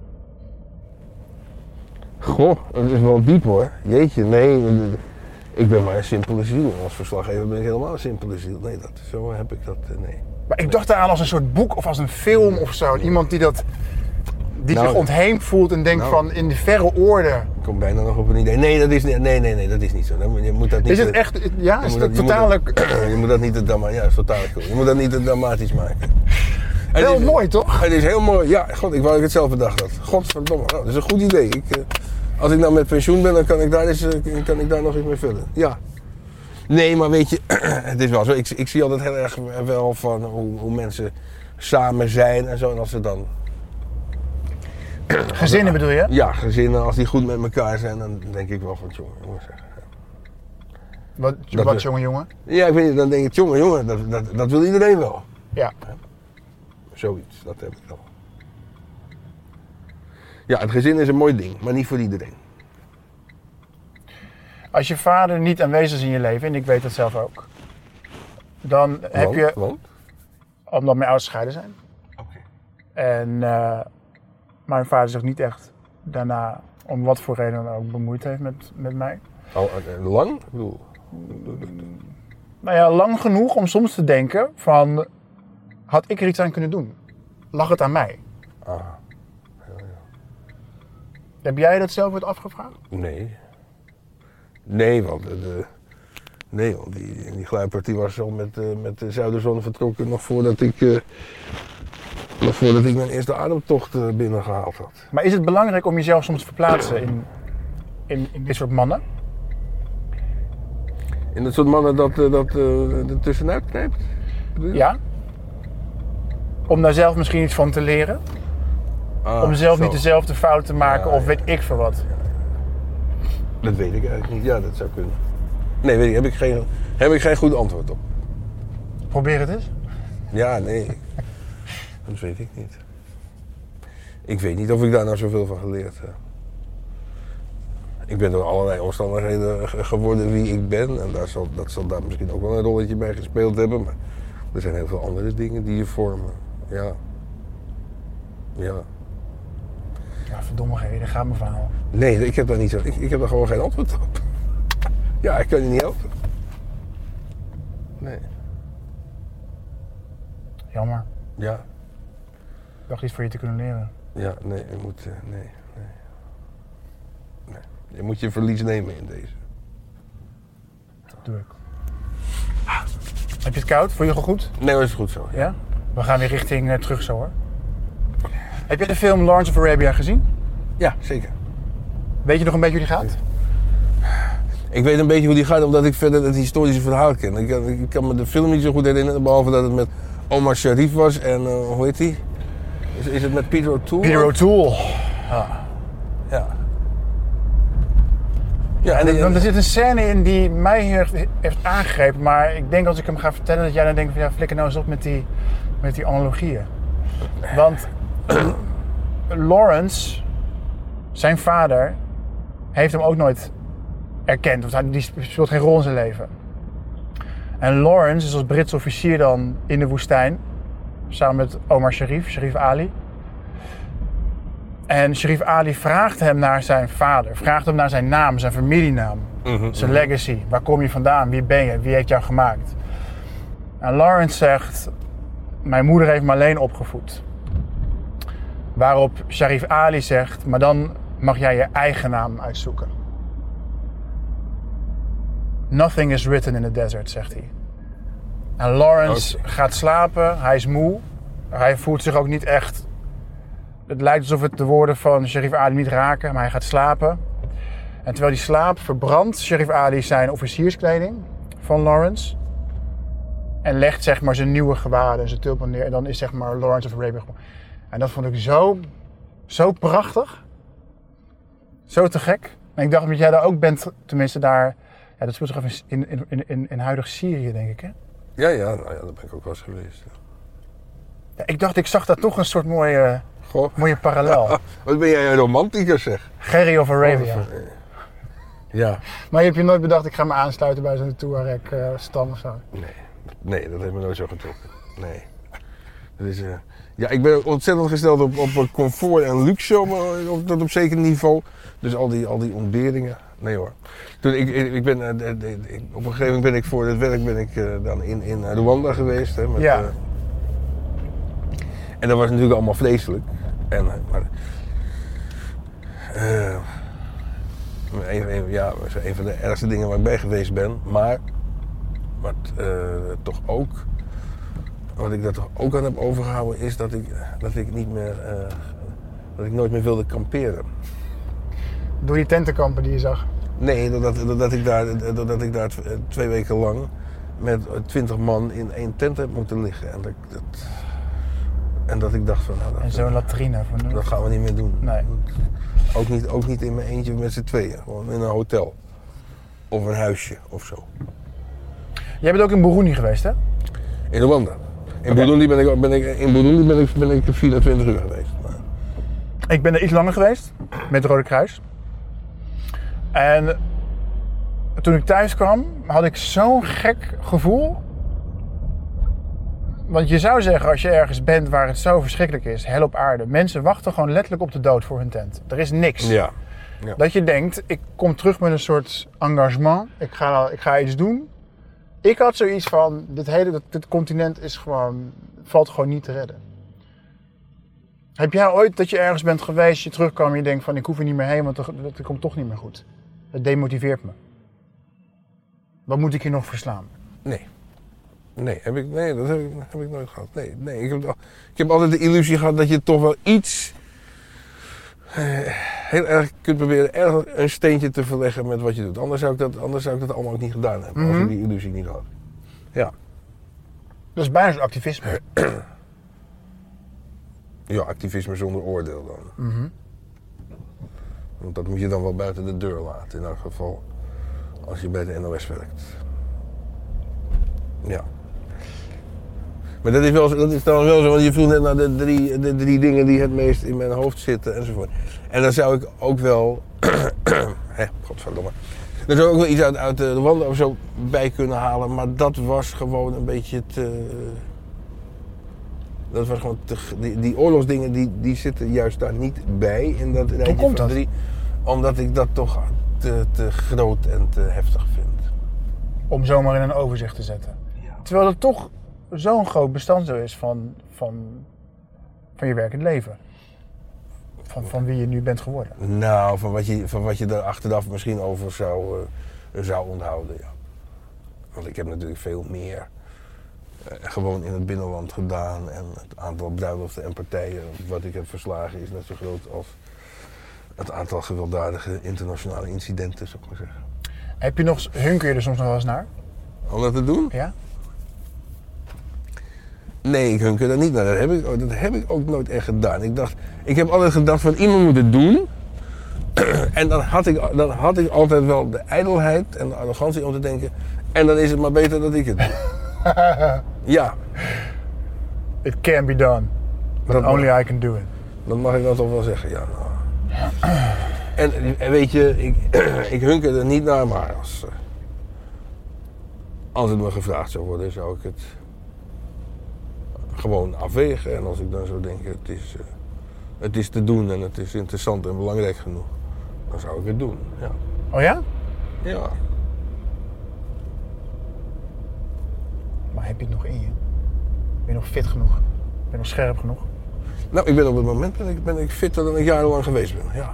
Goh, dat is wel diep hoor. Jeetje, nee. Ik ben maar een simpele ziel. Als verslaggever ben ik helemaal een simpele ziel. Nee, dat, zo heb ik dat, nee. Maar ik dacht eraan als een soort boek of als een film of zo. Iemand die dat, die nou, zich ontheemd voelt en denkt nou, van in de verre oorde. Ik kom bijna nog op een idee. Nee, dat is niet, nee, nee, nee, dat is niet zo. Je moet dat niet is het echt, ja, is het totaal... Je moet dat niet te dramatisch, ja, is totaal cool. Je moet dat niet te dramatisch maken. Heel is, mooi, toch? Het is heel mooi. Ja, god, ik wou dat ik het zelf bedacht had. Godverdomme, nou, dat is een goed idee. Ik, uh, als ik nou met pensioen ben, dan kan ik daar, eens, uh, kan ik daar nog iets mee vullen. Ja. Nee, maar weet je, het is wel zo. Ik, ik zie altijd heel erg wel van hoe, hoe mensen samen zijn en zo. En als ze dan... Gezinnen bedoel je? Ja, gezinnen. Als die goed met elkaar zijn, dan denk ik wel van, jongen, jongen zeg. Wat, wat we, jongen, jongen? Ja, ik weet niet, dan denk ik, jongen, jongen, dat, dat, dat wil iedereen wel. Ja. Zoiets, dat heb ik wel. Ja, het gezin is een mooi ding, maar niet voor iedereen. Als je vader niet aanwezig is in je leven, en ik weet dat zelf ook, dan Want, heb je... Want? Omdat mijn ouders gescheiden zijn. Oké. Okay. En uh, mijn vader zich niet echt daarna, om wat voor reden dan ook, bemoeid heeft met, met mij. Oh, lang? Ik bedoel... Nou ja, lang genoeg om soms te denken van, had ik er iets aan kunnen doen? Lag het aan mij? Ah. Ja, ja. Heb jij dat zelf ooit afgevraagd? Nee. Nee, want, de, nee, want die, die gluipert die was al met, uh, met de Zuiderzon vertrokken nog voordat ik, uh, nog voordat ik mijn eerste ademtocht uh, binnengehaald had. Maar is het belangrijk om jezelf soms te verplaatsen in, in, in dit soort mannen? In dat soort mannen dat, uh, dat uh, er tussenuit knijpt? Ja. Om daar zelf misschien iets van te leren? Ah, om zelf zo. niet dezelfde fout te maken, ja, of weet ja. ik veel wat? Dat weet ik eigenlijk niet. Ja, dat zou kunnen. Nee, weet ik, heb ik geen, heb ik geen goed antwoord op. Probeer het eens. Ja, nee. Dat weet ik niet. Ik weet niet of ik daar nou zoveel van geleerd heb. Ik ben door allerlei omstandigheden geworden wie ik ben. En daar zal, dat zal daar misschien ook wel een rolletje bij gespeeld hebben. Maar er zijn heel veel andere dingen die je vormen. Ja. Ja. Ja, verdomme hé, daar gaat mijn verhaal. Nee, ik heb daar niet zo. Ik, ik heb daar gewoon geen antwoord op. Ja, ik kan je niet helpen. Nee. Jammer. Ja. Ik dacht iets voor je te kunnen leren. Ja, nee, je moet. Uh, nee, nee. Nee. Je moet je verlies nemen in deze. Dat doe ik. Ah. Heb je het koud? Voel je je al goed? Nee, dat is goed zo. Ja? Ja? We gaan weer richting uh, terug zo hoor. Heb je de film Lawrence of Arabia gezien? Ja, zeker. Weet je nog een beetje hoe die gaat? Ik weet een beetje hoe die gaat, omdat ik verder het historische verhaal ken. Ik, ik kan me de film niet zo goed herinneren, behalve dat het met Omar Sharif was en uh, hoe heet die? Is, is het met Peter O'Toole? Peter O'Toole. Ja. Ja. Ja, en, Want er zit een scène in die mij heel erg heeft aangegrepen. Maar ik denk als ik hem ga vertellen dat jij dan denkt van ja, flikker nou eens op met die, met die analogieën. Want Lawrence, zijn vader, heeft hem ook nooit erkend. Want hij, die speelt geen rol in zijn leven. En Lawrence is als Britse officier dan in de woestijn. Samen met Omar Sharif, Sharif Ali. En Sharif Ali vraagt hem naar zijn vader. Vraagt hem naar zijn naam, zijn familienaam. Mm-hmm. Zijn legacy. Waar kom je vandaan? Wie ben je? Wie heeft jou gemaakt? En Lawrence zegt... Mijn moeder heeft me alleen opgevoed. Waarop Sharif Ali zegt... Maar dan mag jij je eigen naam uitzoeken. Nothing is written in the desert, zegt hij. En Lawrence okay. gaat slapen. Hij is moe. Hij voelt zich ook niet echt... Het lijkt alsof het de woorden van Sharif Ali niet raken, maar hij gaat slapen. En terwijl hij slaapt, verbrandt Sharif Ali zijn officierskleding van Lawrence. En legt zeg maar zijn nieuwe gewaden, zijn tulpen neer. En dan is zeg maar Lawrence of Arabia. En dat vond ik zo, zo prachtig. Zo te gek. En ik dacht dat jij daar ook bent, tenminste daar... Ja, dat speelt zich af in, in, in, in, in huidig Syrië, denk ik, hè? Ja, ja, nou ja, daar ben ik ook wel eens geweest. Ja. Ja, ik dacht, ik zag daar toch een soort mooie... Goh. Mooie parallel. Wat ben jij een romanticus, zeg. Gerry of Arabia. Oh, ja. Maar je hebt je nooit bedacht, ik ga me aansluiten bij zo'n Touareg-stam uh, of zo? Nee. nee, dat heeft me nooit zo getrokken. Nee. Dat is, uh... Ja, ik ben ontzettend gesteld op, op comfort en luxe, op, op, tot op zeker niveau. Dus al die, al die ontberingen. Nee hoor. Toen ik, ik, ik ben, uh, ik, op een gegeven moment ben ik voor het werk ben ik, uh, dan in, in Rwanda geweest. Hè, met, ja. Uh, en dat was natuurlijk allemaal vreselijk. En, maar, uh, een, een, ja, dat is een van de ergste dingen waar ik bij geweest ben. Maar wat uh, toch ook, wat ik daar toch ook aan heb overgehouden, is dat ik, dat ik niet meer, uh, dat ik nooit meer wilde kamperen. Door die tentenkampen die je zag? Nee, doordat, doordat, ik, daar, doordat ik daar twee weken lang met twintig man in één tent heb moeten liggen. En dat, dat, En dat ik dacht van... Nou, dat, en zo'n latrine. Van dat gaan we niet meer doen. Nee. Ook niet, ook niet in mijn eentje met z'n tweeën. Gewoon in een hotel. Of een huisje of zo. Jij bent ook in Burundi geweest, hè? In Rwanda. In okay. Burundi ben ik, ben ik, in Burundi ben ik, ben ik vierentwintig uur geweest. Maar... Ik ben er iets langer geweest. Met het Rode Kruis. En toen ik thuis kwam, had ik zo'n gek gevoel... Want je zou zeggen, als je ergens bent waar het zo verschrikkelijk is, hel op aarde. Mensen wachten gewoon letterlijk op de dood voor hun tent. Er is niks. Ja. Ja. Dat je denkt, ik kom terug met een soort engagement. Ik ga, ik ga iets doen. Ik had zoiets van, dit hele dit continent is gewoon, valt gewoon niet te redden. Heb jij ooit dat je ergens bent geweest, je terugkwam en je denkt van, ik hoef er niet meer heen, want het komt toch niet meer goed. Het demotiveert me. Wat moet ik hier nog verslaan? Nee. Nee, heb ik, nee, dat heb ik, heb ik nooit gehad. Nee, nee ik, heb, ik heb altijd de illusie gehad dat je toch wel iets eh, heel erg kunt proberen erg een steentje te verleggen met wat je doet. Anders zou ik dat, anders zou ik dat allemaal ook niet gedaan hebben, mm-hmm. als ik die illusie niet had. Ja. Dat is bijna zo'n activisme. Ja, activisme zonder oordeel dan. Mm-hmm. Want dat moet je dan wel buiten de deur laten, in elk geval als je bij de N O S werkt. Ja. Maar dat is, wel, dat is dan wel zo, want je vroeg net naar de drie, de drie dingen die het meest in mijn hoofd zitten enzovoort. En dan zou ik ook wel, hè, godverdomme, daar zou ik ook wel iets uit, uit de wanden of zo bij kunnen halen, maar dat was gewoon een beetje te, dat was gewoon te, die, die oorlogsdingen die, die zitten juist daar niet bij in dat rijtje van dat? drie, omdat ik dat toch te, te groot en te heftig vind. Om zomaar in een overzicht te zetten. Ja. Terwijl het toch zo'n groot bestanddeel is van, van, van je werkend leven. Van, van wie je nu bent geworden. Nou, van wat je, van wat je er achteraf misschien over zou, uh, zou onthouden, ja. Want ik heb natuurlijk veel meer uh, gewoon in het binnenland gedaan. En het aantal bruiloften en partijen wat ik heb verslagen is net zo groot als het aantal gewelddadige internationale incidenten, zou ik maar zeggen. Heb je nog, hunker je er soms nog wel eens naar? Om dat te doen? Ja. Nee, ik hunker daar niet naar. Dat heb ik, dat heb ik ook nooit echt gedaan. Ik dacht, ik heb altijd gedacht van iemand moet het doen. En dan had, ik, dan had ik altijd wel de ijdelheid en de arrogantie om te denken... en dan is het maar beter dat ik het doe. Ja. It can be done, but Dat only mag. I can do it. Dat mag ik dan toch wel zeggen, ja. Nou. En, en weet je, ik, ik hunker er niet naar, maar als, uh, als het me gevraagd zou worden, zou ik het gewoon afwegen. En als ik dan zou denken, het is, uh, het is te doen en het is interessant en belangrijk genoeg, dan zou ik het doen, ja. Oh ja? Ja. Maar heb je het nog in je? Ben je nog fit genoeg? Ben je nog scherp genoeg? Nou, ik ben op het moment ben ik, ben ik fitter dan ik jarenlang geweest ben, ja.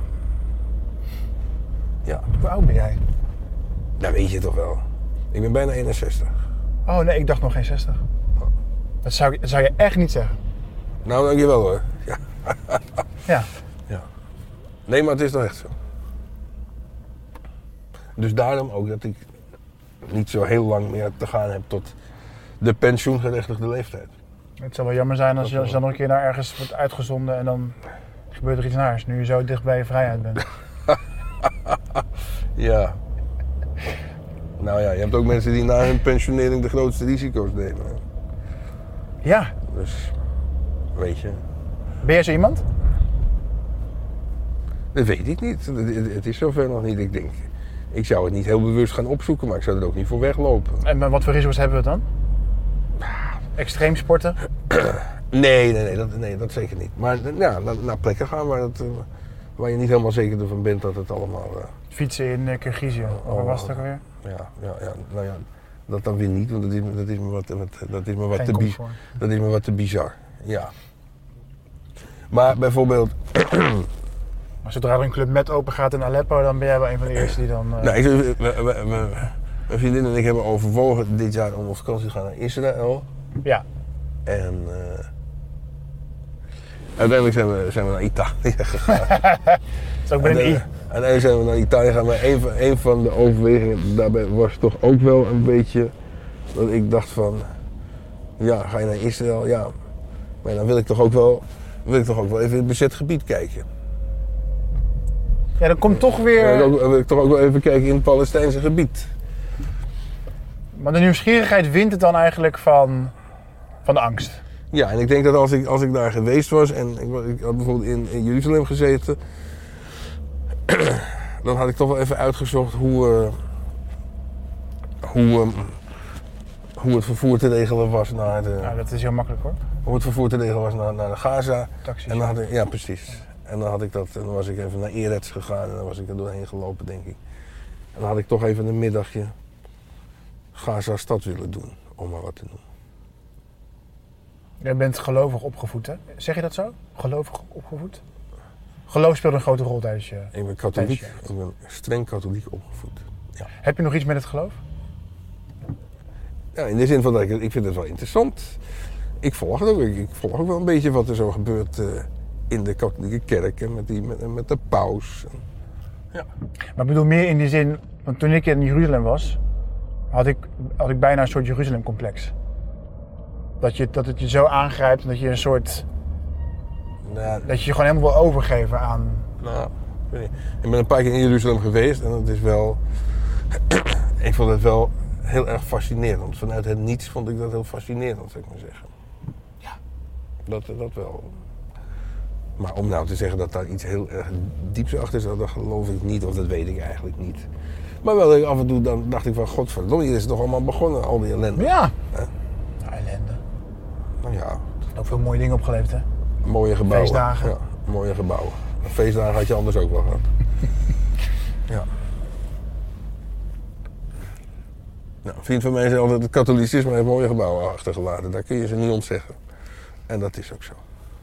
Ja, Hoe oud ben jij? dat weet je toch wel. Ik ben bijna eenenzestig. Oh nee, ik dacht nog geen zestig. Dat zou, ik- dat zou je echt niet zeggen. Nou, dankjewel hoor. Ja. Ja. Ja. Nee, maar het is toch echt zo. Dus daarom ook dat ik niet zo heel lang meer te gaan heb tot de pensioengerechtigde leeftijd. Het zou wel jammer zijn als je, als je dan nog een keer naar ergens wordt uitgezonden en dan gebeurt er iets naars. Nu je zo dicht bij je vrijheid bent. Ja. Nou ja, je hebt ook mensen die na hun pensionering de grootste risico's nemen. Ja. Dus, weet je, Ben jij zo iemand? dat weet ik niet. Het, het- het is zover nog niet. Ik denk, ik zou het niet heel bewust gaan opzoeken, maar ik zou er ook niet voor weglopen. En wat voor risico's hebben we dan? Extreem sporten? Nee, nee, nee, dat, nee, dat zeker niet. Maar ja, naar, naar plekken gaan waar, het, eh, waar je niet helemaal zeker ervan bent dat het allemaal... uh, Fietsen in uh, Kyrgyzije. Oh, Waar was het ook alweer? Ja, ja, ja, nou ja, dat dan weer niet, want dat is, me- dat is me wat, wat- dat is me wat, Geen te, bi- comfort. dat is me wat te bizar. Ja. Maar bijvoorbeeld, Maar zodra er een club met open gaat in Aleppo, dan ben jij wel een van de eerste die dan... Uh... nou, ik, we- we- we- we- mijn vriendin en ik hebben overwogen dit jaar om op vakantie te gaan naar Israël. Ja. En uh, uiteindelijk zijn we, zijn we naar Italië gegaan. Dat is ook met een I. Uiteindelijk- Uiteindelijk zijn we naar Italië gegaan, maar een van, een van de overwegingen daarbij was toch ook wel een beetje dat ik dacht van, ja, ga je naar Israël? Ja, maar dan wil ik toch ook wel, wil ik toch ook wel even in het bezet gebied kijken. Ja, dan komt toch Dan weer... wil ik, ook- wil ik toch ook wel even kijken in het Palestijnse gebied. Maar de nieuwsgierigheid wint het dan eigenlijk van, van de angst. Ja, en ik denk dat als ik, als ik daar geweest was en ik, wa- ik had bijvoorbeeld in, in Jeruzalem gezeten, dan had ik toch wel even uitgezocht hoe, uh, hoe, um, hoe het vervoer te regelen was naar de, Nou, dat is heel makkelijk hoor. hoe het vervoer te regelen was naar, naar de Gaza. Taxis. En dan had ik, ja, precies. En dan had ik dat, en dan was ik even naar Eretz gegaan en dan was ik er doorheen gelopen, denk ik. En dan had ik toch even een middagje Gaza stad willen doen, om maar wat te doen. Jij bent gelovig opgevoed, hè? Zeg je dat zo? Gelovig opgevoed? Geloof speelt een grote rol tijdens je... Ik ben katholiek, Tijdens je ik ben streng katholiek opgevoed. Ja. Heb je nog iets met het geloof? Ja, in de zin van dat ik, ik vind het wel interessant. Ik volg het ook. Ik, ik volg ook wel een beetje wat er zo gebeurt uh, in de katholieke kerk en met, die, met, met de paus. Ja. Maar ik bedoel meer in die zin, want toen ik in Jeruzalem was, had ik, had ik bijna een soort Jeruzalem-complex. Dat, je, dat het je zo aangrijpt en dat je een soort... Nou, Dat je je gewoon helemaal wil overgeven aan... nou, ik weet niet. Ik ben een paar keer in Jeruzalem geweest en dat is wel... ik vond het wel heel erg fascinerend. Vanuit het niets vond ik dat heel fascinerend, zou ik maar zeggen. Ja. Dat, dat wel. Maar om nou te zeggen dat daar iets heel erg dieps achter zat, dat geloof ik niet, of dat weet ik eigenlijk niet. Maar wel dat ik af en toe dan dacht ik van, godverdomme, hier is het toch allemaal begonnen, al die ellende. Ja. Hè? Nou, ellende. Nou ja, Ook veel mooie dingen opgeleverd, hè? mooie gebouwen. Feestdagen. Ja, mooie gebouwen. Feestdagen had je anders ook wel gehad. Ja. Nou, een vriend van mij zei altijd, het katholicisme heeft mooie gebouwen achtergelaten. Daar kun je ze niet ontzeggen. En dat is ook zo.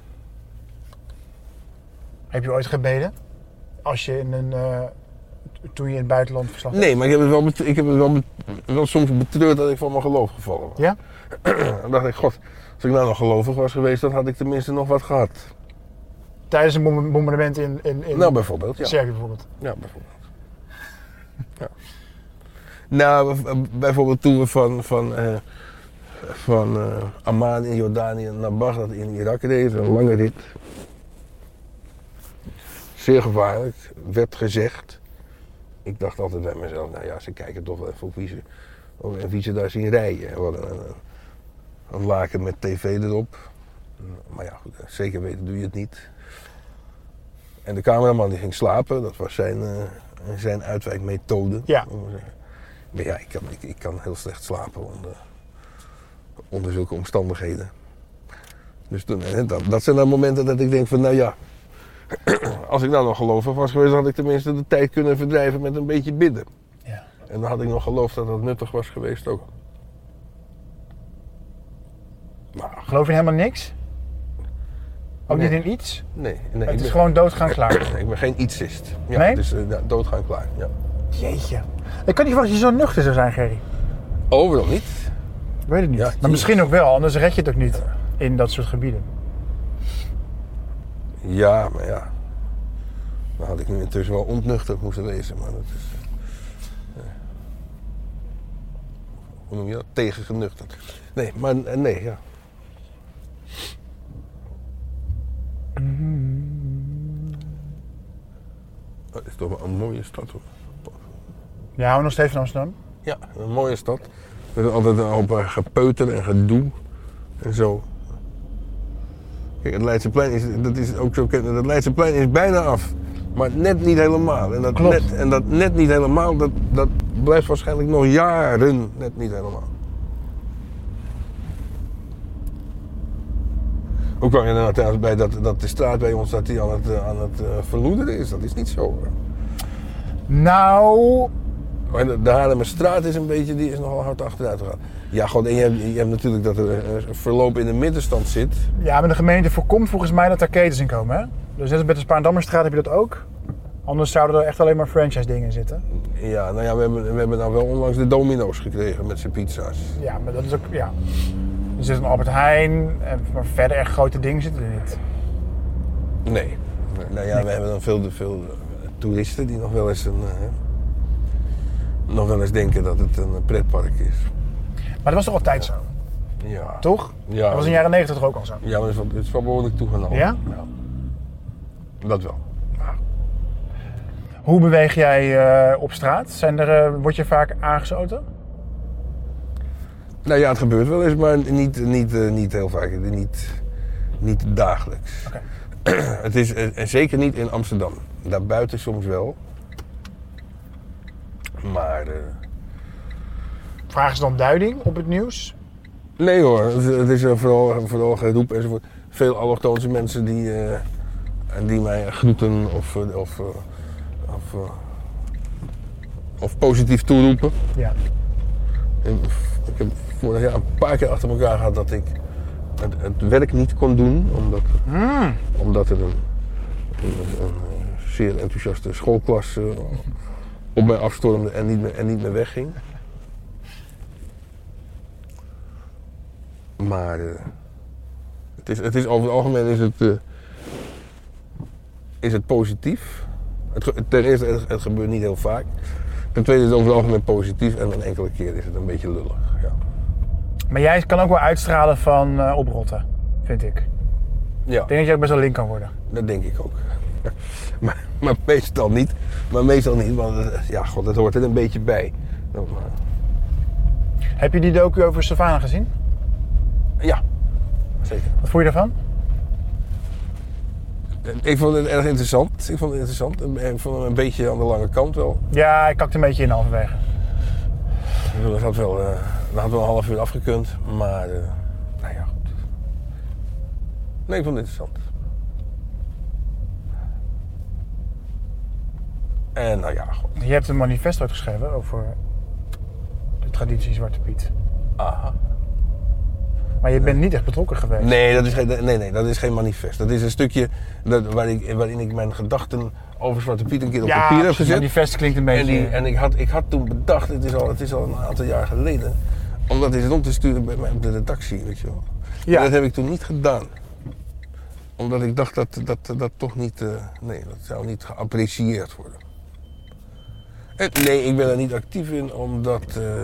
Heb je ooit gebeden? Als je in een... Uh, toen je in het buitenland verslag deed? Nee, maar ik heb het wel, bet- ik heb het wel, bet- wel soms betreurd dat ik van mijn geloof gevallen was. Ja? Dan dacht ik, god, als ik nou nog gelovig was geweest, dan had ik tenminste nog wat gehad. Tijdens een bom- bombardement in, in, in Nou, bijvoorbeeld, ja. Servië bijvoorbeeld. Ja, bijvoorbeeld. Ja. Nou, b- bijvoorbeeld toen we van, van, eh, van eh, Amman in Jordanië naar Bagdad in Irak reden, een lange rit. zeer gevaarlijk, werd gezegd. Ik dacht altijd bij mezelf, nou ja, ze kijken toch wel even op wie ze, op wie ze daar zien rijden. We hadden een, een laken met tv erop. Maar ja, goed, zeker weten doe je het niet. En de cameraman die ging slapen, dat was zijn, uh, zijn uitwijkmethode. Ja. Maar ja, ik kan, ik, ik kan heel slecht slapen onder, onder zulke omstandigheden. Dus toen, dat, dat zijn dan momenten dat ik denk van, nou ja, als ik nou nog gelovig was geweest, had ik tenminste de tijd kunnen verdrijven met een beetje bidden. Ja. En dan had ik nog geloofd dat dat nuttig was geweest ook. Maar, Geloof je in helemaal niks? Ook Nee. niet in iets? nee, nee. Het ik is ben, gewoon doodgaan klaar. ik ben geen ietsist. Ja, Nee? Het is uh, ja, doodgaan klaar. Ja. Jeetje. Ik kan niet verwachten dat je zo nuchter zou zijn, Gerry. Overal niet. Ik weet het niet. Ja, maar jezus. misschien ook wel, anders red je het ook niet in dat soort gebieden. Ja, maar ja. Dan had ik nu intussen wel ontnuchterd moeten wezen, maar dat is... Uh, hoe noem je dat? Tegengenuchterd. Nee, maar uh, nee, ja. Dat is toch wel een mooie stad hoor. Ja, hou nog steeds van Amsterdam? Ja, een mooie stad. Er is altijd een hoop uh, gepeuter en gedoe en zo. Kijk, het Leidseplein is, dat is ook zo kennen. Het Leidseplein is bijna af, maar net niet helemaal. En dat, Klopt. net, en dat net niet helemaal, dat, dat blijft waarschijnlijk nog jaren net niet helemaal. Hoe kwam je er nou trouwens bij dat, dat de straat bij ons dat die aan het, uh, aan het uh, verloederen is? Dat is niet zo hoor. Nou, Maar de, de Haarlemmerstraat is een beetje, die is nogal hard achteruit gegaan. Ja, god, en je hebt, je hebt natuurlijk dat er een verloop in de middenstand zit. ja, maar de gemeente voorkomt volgens mij dat er ketens in komen, hè? Dus net als bij de Spaardammerstraat heb je dat ook. Anders zouden er echt alleen maar franchise dingen zitten. Ja, nou ja, we hebben, we hebben nou wel onlangs de Domino's gekregen met zijn pizza's. Ja, maar dat is ook, ja. Er zit een Albert Heijn, en, maar verder echt grote dingen zitten er niet. Nee. Nou ja, we hebben dan veel, veel toeristen die nog wel eens een, uh, nog wel eens denken dat het een pretpark is. Maar dat was toch altijd zo, Ja. toch? Ja. Dat was in de jaren negentig toch ook al zo? Ja, maar het is wel, het is wel behoorlijk toegenomen. Ja? Dat wel. Hoe beweeg jij uh, op straat? Zijn er, uh, word je vaak aangesloten? Nou ja, het gebeurt wel eens, maar niet, niet, uh, niet heel vaak. Niet, niet dagelijks. Oké. Het is uh, zeker niet in Amsterdam. Daarbuiten soms wel. Maar... Uh, Vragen ze dan duiding op het nieuws? nee hoor, het, het is uh, vooral, vooral geroep enzovoort. Veel allochtoonse mensen die, uh, die mij groeten of, uh, of, uh, of, uh, of positief toeroepen. Ja. En ik heb vorig jaar een paar keer achter elkaar gehad dat ik het, het werk niet kon doen. Omdat, Mm. omdat er een, een, een zeer enthousiaste schoolklas uh, op mij afstormde en niet meer, en niet meer wegging. Maar uh, het is, het is over het algemeen is het, uh, is het positief. Het, ge- ten eerste, het, het gebeurt niet heel vaak. Ten tweede is het over het algemeen positief en een enkele keer is het een beetje lullig. Ja. Maar jij kan ook wel uitstralen van uh, oprotten, vind ik. Ja, Ik denk dat je ook best wel link kan worden. dat denk ik ook. maar, maar meestal niet. Maar meestal niet, want uh, ja, god, het hoort er een beetje bij. Nou, maar, Heb je die docu over Savannah gezien? ja, zeker. Wat vond je daarvan? Ik vond het erg interessant. Ik vond het interessant. Ik vond hem een beetje aan de lange kant wel. Ja, ik kakte een beetje in halverwege. Dat had wel, uh, dat had wel een half uur afgekund, maar uh, nou ja, goed. Nee, ik vond het interessant. En nou ja, goed. Je hebt een manifest uitgeschreven over de traditie Zwarte Piet. Aha. Maar je bent niet echt betrokken geweest. Nee, dat is geen, nee, nee, dat is geen manifest. Dat is een stukje dat, waar ik, waarin ik mijn gedachten over Zwarte Piet een keer op Ja, papier heb precies, gezet. manifest klinkt een beetje... En, die, en ik, had, ik had toen bedacht, het is, al, het is al een aantal jaar geleden, om dat eens rond te sturen bij mij op de redactie, weet je wel. Ja. En dat heb ik toen niet gedaan. Omdat ik dacht dat dat, dat toch niet, uh, nee, dat zou niet geapprecieerd worden. En nee, ik ben er niet actief in, omdat... Uh,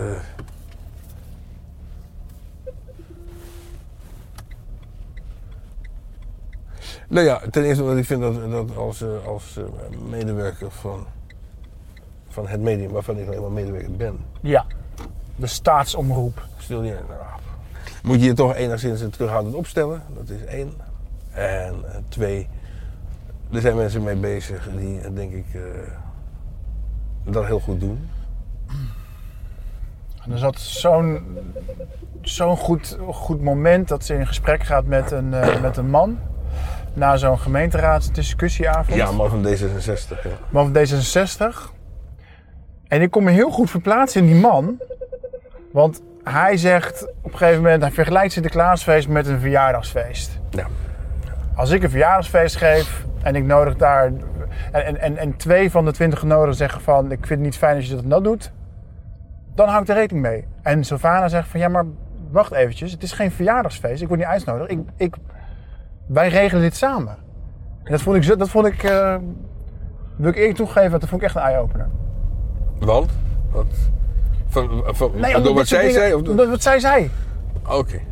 Nou ja, ten eerste omdat ik vind dat, dat als, uh, als uh, medewerker van, van het medium waarvan ik alleen maar medewerker ben. Ja, de staatsomroep. Stil je, nou, moet je je toch enigszins terughoudend opstellen, dat is één. En uh, twee, er zijn mensen mee bezig die uh, denk ik uh, dat heel goed doen. En er zat zo'n, zo'n goed, goed moment dat ze in gesprek gaat met een, uh, met een man. Na zo'n gemeenteraadsdiscussieavond. Ja, man van D zesenzestig. Ja. Man van D zesenzestig. En ik kon me heel goed verplaatsen in die man. Want hij zegt op een gegeven moment, hij vergelijkt Sinterklaasfeest met een verjaardagsfeest. Ja. Als ik een verjaardagsfeest geef en ik nodig daar... En, en, en twee van de twintig genodigden zeggen van, ik vind het niet fijn als je dat dat doet. Dan hou ik er rekening mee. En Sylvana zegt van, ja maar wacht eventjes, het is geen verjaardagsfeest. Ik word niet uitgenodigd. Ik, ik, wij regelen dit samen. En dat vond ik, dat vond ik, uh, wil ik eerlijk toegeven, dat vond ik echt een eye-opener. Want? Wat? Van, van, Nee, door wat zij dingen, zei? Of door... Door wat zij zei. Oké. Okay.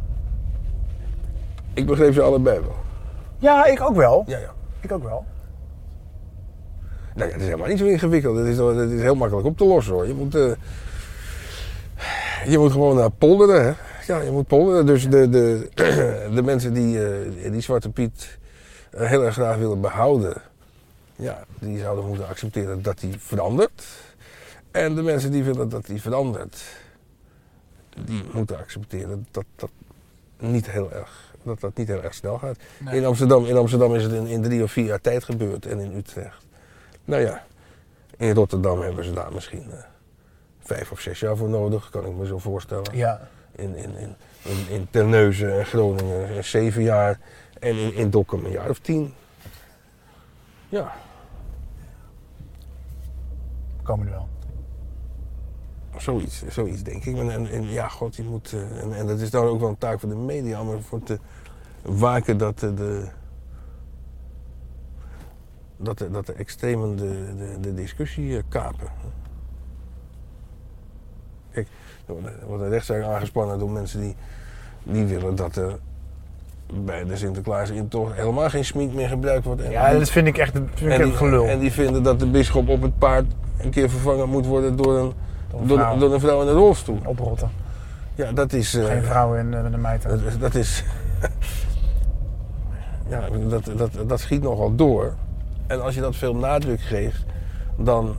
Ik begreep ze allebei wel. Ja, ik ook wel. Ja, ja. Ik ook wel. Nou ja, het is helemaal niet zo ingewikkeld. Het is, het is heel makkelijk op te lossen hoor. Je moet, uh, je moet gewoon naar polderen. Hè? Ja, je moet polderen. Dus de, de, de mensen die, uh, die Zwarte Piet uh, heel erg graag willen behouden, ja, die zouden moeten accepteren dat die verandert. En de mensen die willen dat die verandert, die moeten accepteren dat dat niet heel erg, dat dat niet heel erg snel gaat. Nee. In, Amsterdam, in Amsterdam is het in, in drie of vier jaar tijd gebeurd en in Utrecht. Nou ja, in Rotterdam hebben ze daar misschien uh, vijf of zes jaar voor nodig, kan ik me zo voorstellen. Ja. In, in, in, in, in Terneuzen en Groningen zeven jaar en in, in Dokkum een jaar of tien. Ja. Komen er wel. Zoiets, zoiets denk ik. En, en, en ja, god, je moet. Uh, en, en dat is dan ook wel een taak van de media om ervoor te waken dat de. de dat de, dat de extremen de, de, de discussie uh, kapen. Kijk, er wordt een rechtszaak aangespannen door mensen die, die willen dat er bij de Sinterklaas-intocht helemaal geen smink meer gebruikt wordt. En ja, die, dat vind ik echt, vind ik en echt die, gelul. En die vinden dat de bisschop op het paard een keer vervangen moet worden door een, door een, door, vrouw. door een vrouw in een rolstoel. Oprotten. Ja, dat is... Uh, geen vrouw in uh, met een mijter. Dat, dat is... ja, dat, dat, dat schiet nogal door. En als je dat veel nadruk geeft, dan,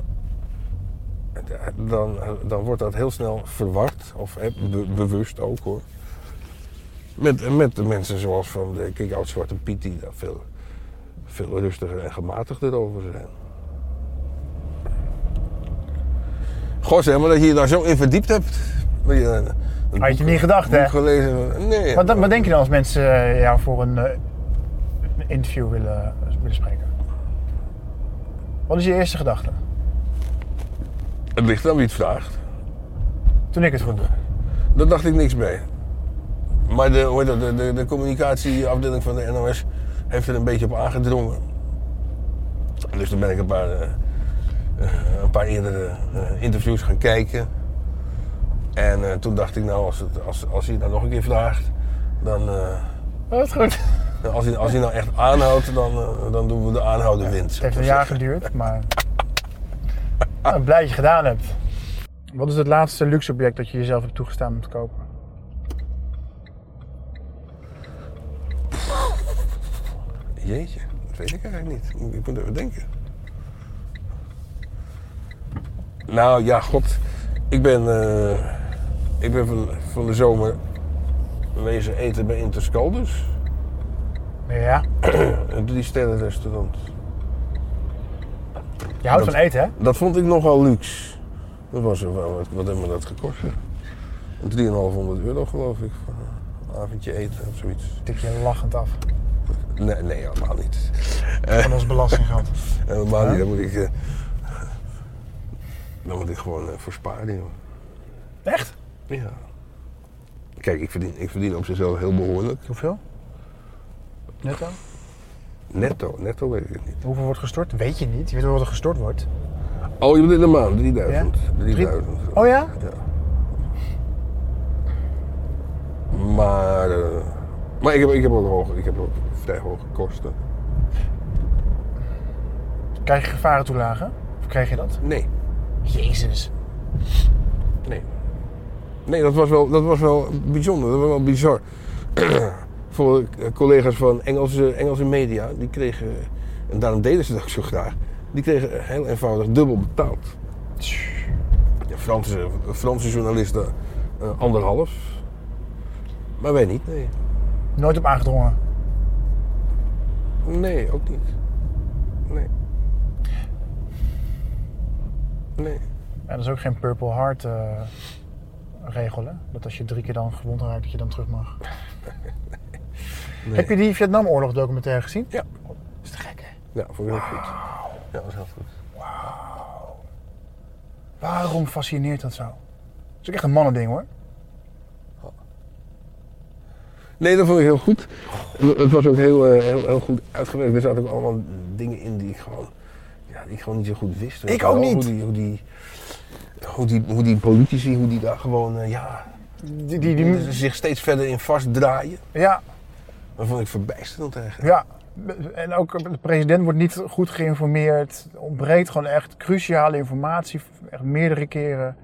dan, dan wordt dat heel snel verward. Of be, bewust ook hoor. Met, met de mensen zoals van de kick-out Zwarte Piet die daar veel, veel rustiger en gematigder over zijn. Goh zeg maar dat je je daar zo in verdiept hebt. Dat je, een Had je niet gedacht hè? Gelezen. Nee. Wat, wat denk je dan als mensen uh, jou voor een, uh, een interview willen, willen spreken? Wat is je eerste gedachte? Het ligt aan wie het vraagt. Toen ik het vroeg. Daar dacht ik niks bij. Maar de, hoe heet dat, de, de, de communicatieafdeling van de N O S heeft er een beetje op aangedrongen. Dus toen ben ik een paar, uh, uh, een paar eerdere uh, interviews gaan kijken. En uh, toen dacht ik nou, als, het, als, als hij nou nog een keer vraagt, dan... Uh, oh, dat is goed. Als hij, als hij nou echt aanhoudt, dan, uh, dan doen we de aanhouden winst. Het heeft een jaar geduurd, maar... nou, blij dat je gedaan hebt. Wat is het laatste luxe object dat je jezelf hebt toegestaan om te kopen? Jeetje, dat weet ik eigenlijk niet. Ik moet even denken. Nou ja, god. Ik ben, uh, ik ben van, van de zomer wezen eten bij Interscaldus. Ja. Een drie sterren restaurant. Je houdt dat, van eten, hè? Dat vond ik nogal luxe. Dat was er wel, wat, wat heeft me dat gekost? drieënhalfhonderd euro geloof ik voor een avondje eten of zoiets. Tik je lachend af. Nee, nee, helemaal niet. Van ons belastinggeld. Helemaal ja? niet, dan moet ik, uh, dan moet ik gewoon uh, voor sparen. Joh. Echt? Ja. Kijk, ik verdien, ik verdien op zichzelf heel behoorlijk. Hoeveel? Netto? Netto, netto weet ik het niet. Hoeveel wordt gestort? Weet je niet. Je weet wel wat er gestort wordt. Oh, je bedoelt in de maand, drieduizend. Ja? drieduizend. Oh ja? Ja. Maar uh, Maar ik heb, ik heb ook hoge, ik heb ook vrij hoge kosten. Krijg je gevarentoelagen? Of krijg je dat? Nee. Jezus. Nee. Nee, dat was wel, dat was wel bijzonder, dat was wel bizar. Voor collega's van Engelse, Engelse media, die kregen, en daarom deden ze dat ook zo graag, die kregen heel eenvoudig dubbel betaald. Ja, Franse, Franse journalisten uh, anderhalf, maar wij niet, nee. Nooit op aangedrongen? Nee, ook niet. Nee. Nee. Ja, dat is ook geen Purple Heart uh, regel, hè? Dat als je drie keer dan gewond raakt, dat je dan terug mag. Nee. Heb je die Vietnamoorlog documentaire gezien? Ja. Dat is te gek, hè? Ja, vond ik heel goed. Ja, dat was heel goed. Wauw. Waarom fascineert dat zo? Dat is ook echt een mannending, hoor. Nee, dat vond ik heel goed. Het was ook heel, heel, heel goed uitgewerkt. Er zaten ook allemaal dingen in die ik gewoon, ja, die ik gewoon niet zo goed wist. Ik ook niet. Hoe die, hoe, die, hoe, die, hoe die politici, hoe die daar gewoon, uh, ja, die, die, die, die zich steeds verder in vastdraaien. Ja. Dat vond ik verbijsterend eigenlijk. Ja. En ook de president wordt niet goed geïnformeerd. Er ontbreekt gewoon echt cruciale informatie. Echt meerdere keren.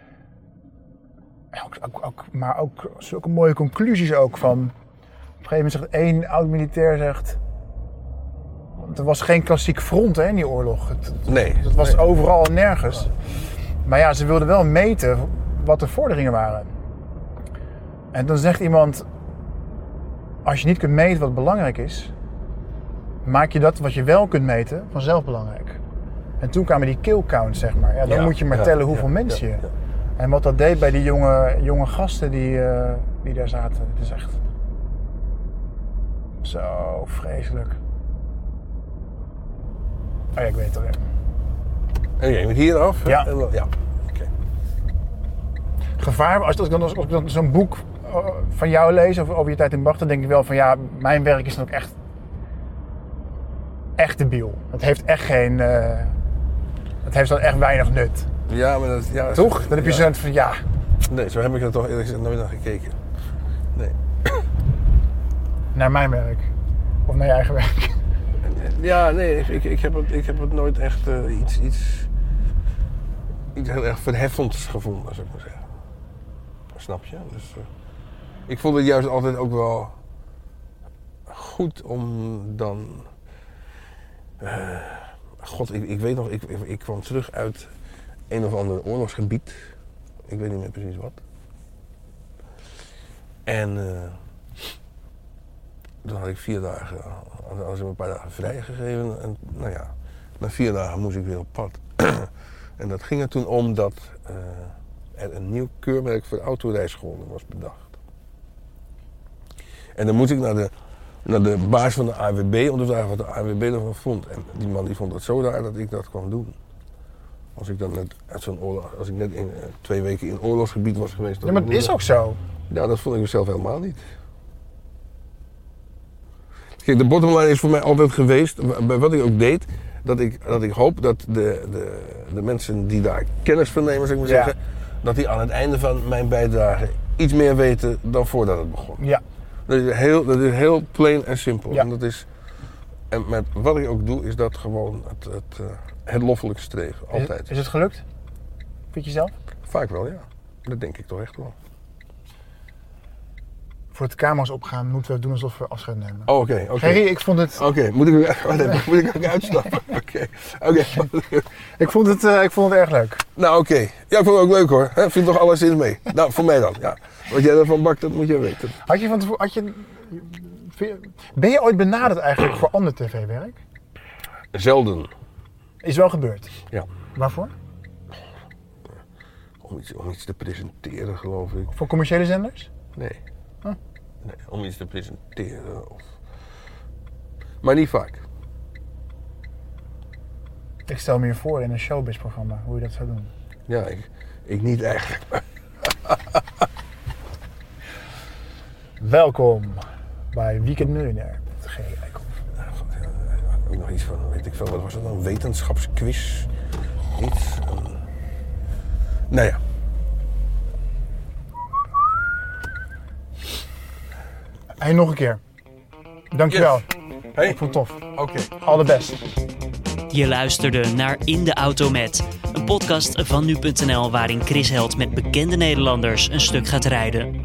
Ook, ook, ook, maar ook zulke mooie conclusies ook van. Op een gegeven moment zegt één oud-militair zegt. Want er was geen klassiek front, hè, in die oorlog. Het, nee. Het was nee. overal en nergens. Maar ja, ze wilden wel meten wat de vorderingen waren. En dan zegt iemand. Als je niet kunt meten wat belangrijk is, maak je dat wat je wel kunt meten vanzelf belangrijk. En toen kwamen die kill counts, zeg maar. Ja, dan ja, moet je maar ja, tellen hoeveel ja, mensen je. Ja, ja. En wat dat deed bij die jonge, jonge gasten die, uh, die daar zaten, het is echt zo vreselijk. Oh ja, ik weet het alweer. En jij moet hier af? Ja. En, ja. Okay. Gevaar, als, als ik dan, als ik dan zo'n boek van jou lees over, over je tijd in Bagdad, dan denk ik wel van ja, mijn werk is dan ook echt echt debiel. Het heeft echt geen, uh, het heeft dan echt weinig nut. Ja, maar dat, ja, toch? Dan heb je ja. zo'n van ja. Nee, zo heb ik er toch eerlijk gezegd nooit naar gekeken. Nee. Naar mijn werk? Of naar je eigen werk? Ja, nee, ik, ik, heb, het, ik heb het nooit echt uh, iets, iets, iets heel erg verheffends gevonden, zou ik maar zeggen. Snap je? Dus, uh, ik vond het juist altijd ook wel goed om dan... Uh, God, ik, ik weet nog, ik, ik, ik kwam terug uit een of ander oorlogsgebied. Ik weet niet meer precies wat. En uh, toen had ik vier dagen, hadden ze me een paar dagen vrijgegeven. En nou ja, na vier dagen moest ik weer op pad. En dat ging er toen om dat uh, er een nieuw keurmerk voor autorijscholen was bedacht. En dan moest ik naar de, naar de baas van de A W B om te vragen wat de A W B ervan vond. En die man die vond het zo raar dat ik dat kwam doen. Als ik dan net uit zo'n oorlog, als ik net in, uh, twee weken in oorlogsgebied was geweest. Ja, maar het is ook zo. Ja, dat vond ik zelf helemaal niet. Kijk, de bottomline is voor mij altijd geweest, bij wat ik ook deed, dat ik, dat ik hoop dat de, de, de mensen die daar kennis van nemen, zou ik maar ja. zeggen, dat die aan het einde van mijn bijdrage iets meer weten dan voordat het begon. Ja. Dat is heel, dat is heel plain en simpel. Ja. En, dat is, en met wat ik ook doe, is dat gewoon het, het, het loffelijk streven. Altijd. Is het, is het gelukt? Vind je zelf? Vaak wel, ja. Dat denk ik toch echt wel. Voor het camera's opgaan moeten we doen alsof we afscheid nemen. Oh, oké. Okay, okay. Harry, ik vond het... Oké, okay, moet, moet ik ook uitstappen? Oké. Okay. Okay. ik, vond het, uh, ik vond het erg leuk. Nou, oké. Okay. Ja, ik vond het ook leuk hoor. He, vind toch alleszins mee? Nou, voor mij dan, ja. Wat jij ervan bakt, dat moet je weten. Had je van tevoren... Had je, ben je ooit benaderd eigenlijk voor ander tv-werk? Zelden. Is wel gebeurd? Ja. Waarvoor? Om iets, om iets te presenteren, geloof ik. Voor commerciële zenders? Nee. Huh? Nee, om iets te presenteren. Of... Maar niet vaak. Ik stel me je voor in een showbiz-programma, hoe je dat zou doen. Ja, ik, ik niet eigenlijk. Welkom bij Weekend Miljonair. G. Eickhoff. Ja, ook nog iets van, weet ik veel, wat was dat dan? Wetenschapsquiz? Iets. Um... Nou ja. Hey, nog een keer. Dankjewel. Yes. Hey. Ik vond het tof. Oké. Okay. All the best. Je luisterde naar In de Auto Met, een podcast van nu punt n l waarin Chris Helt met bekende Nederlanders een stuk gaat rijden.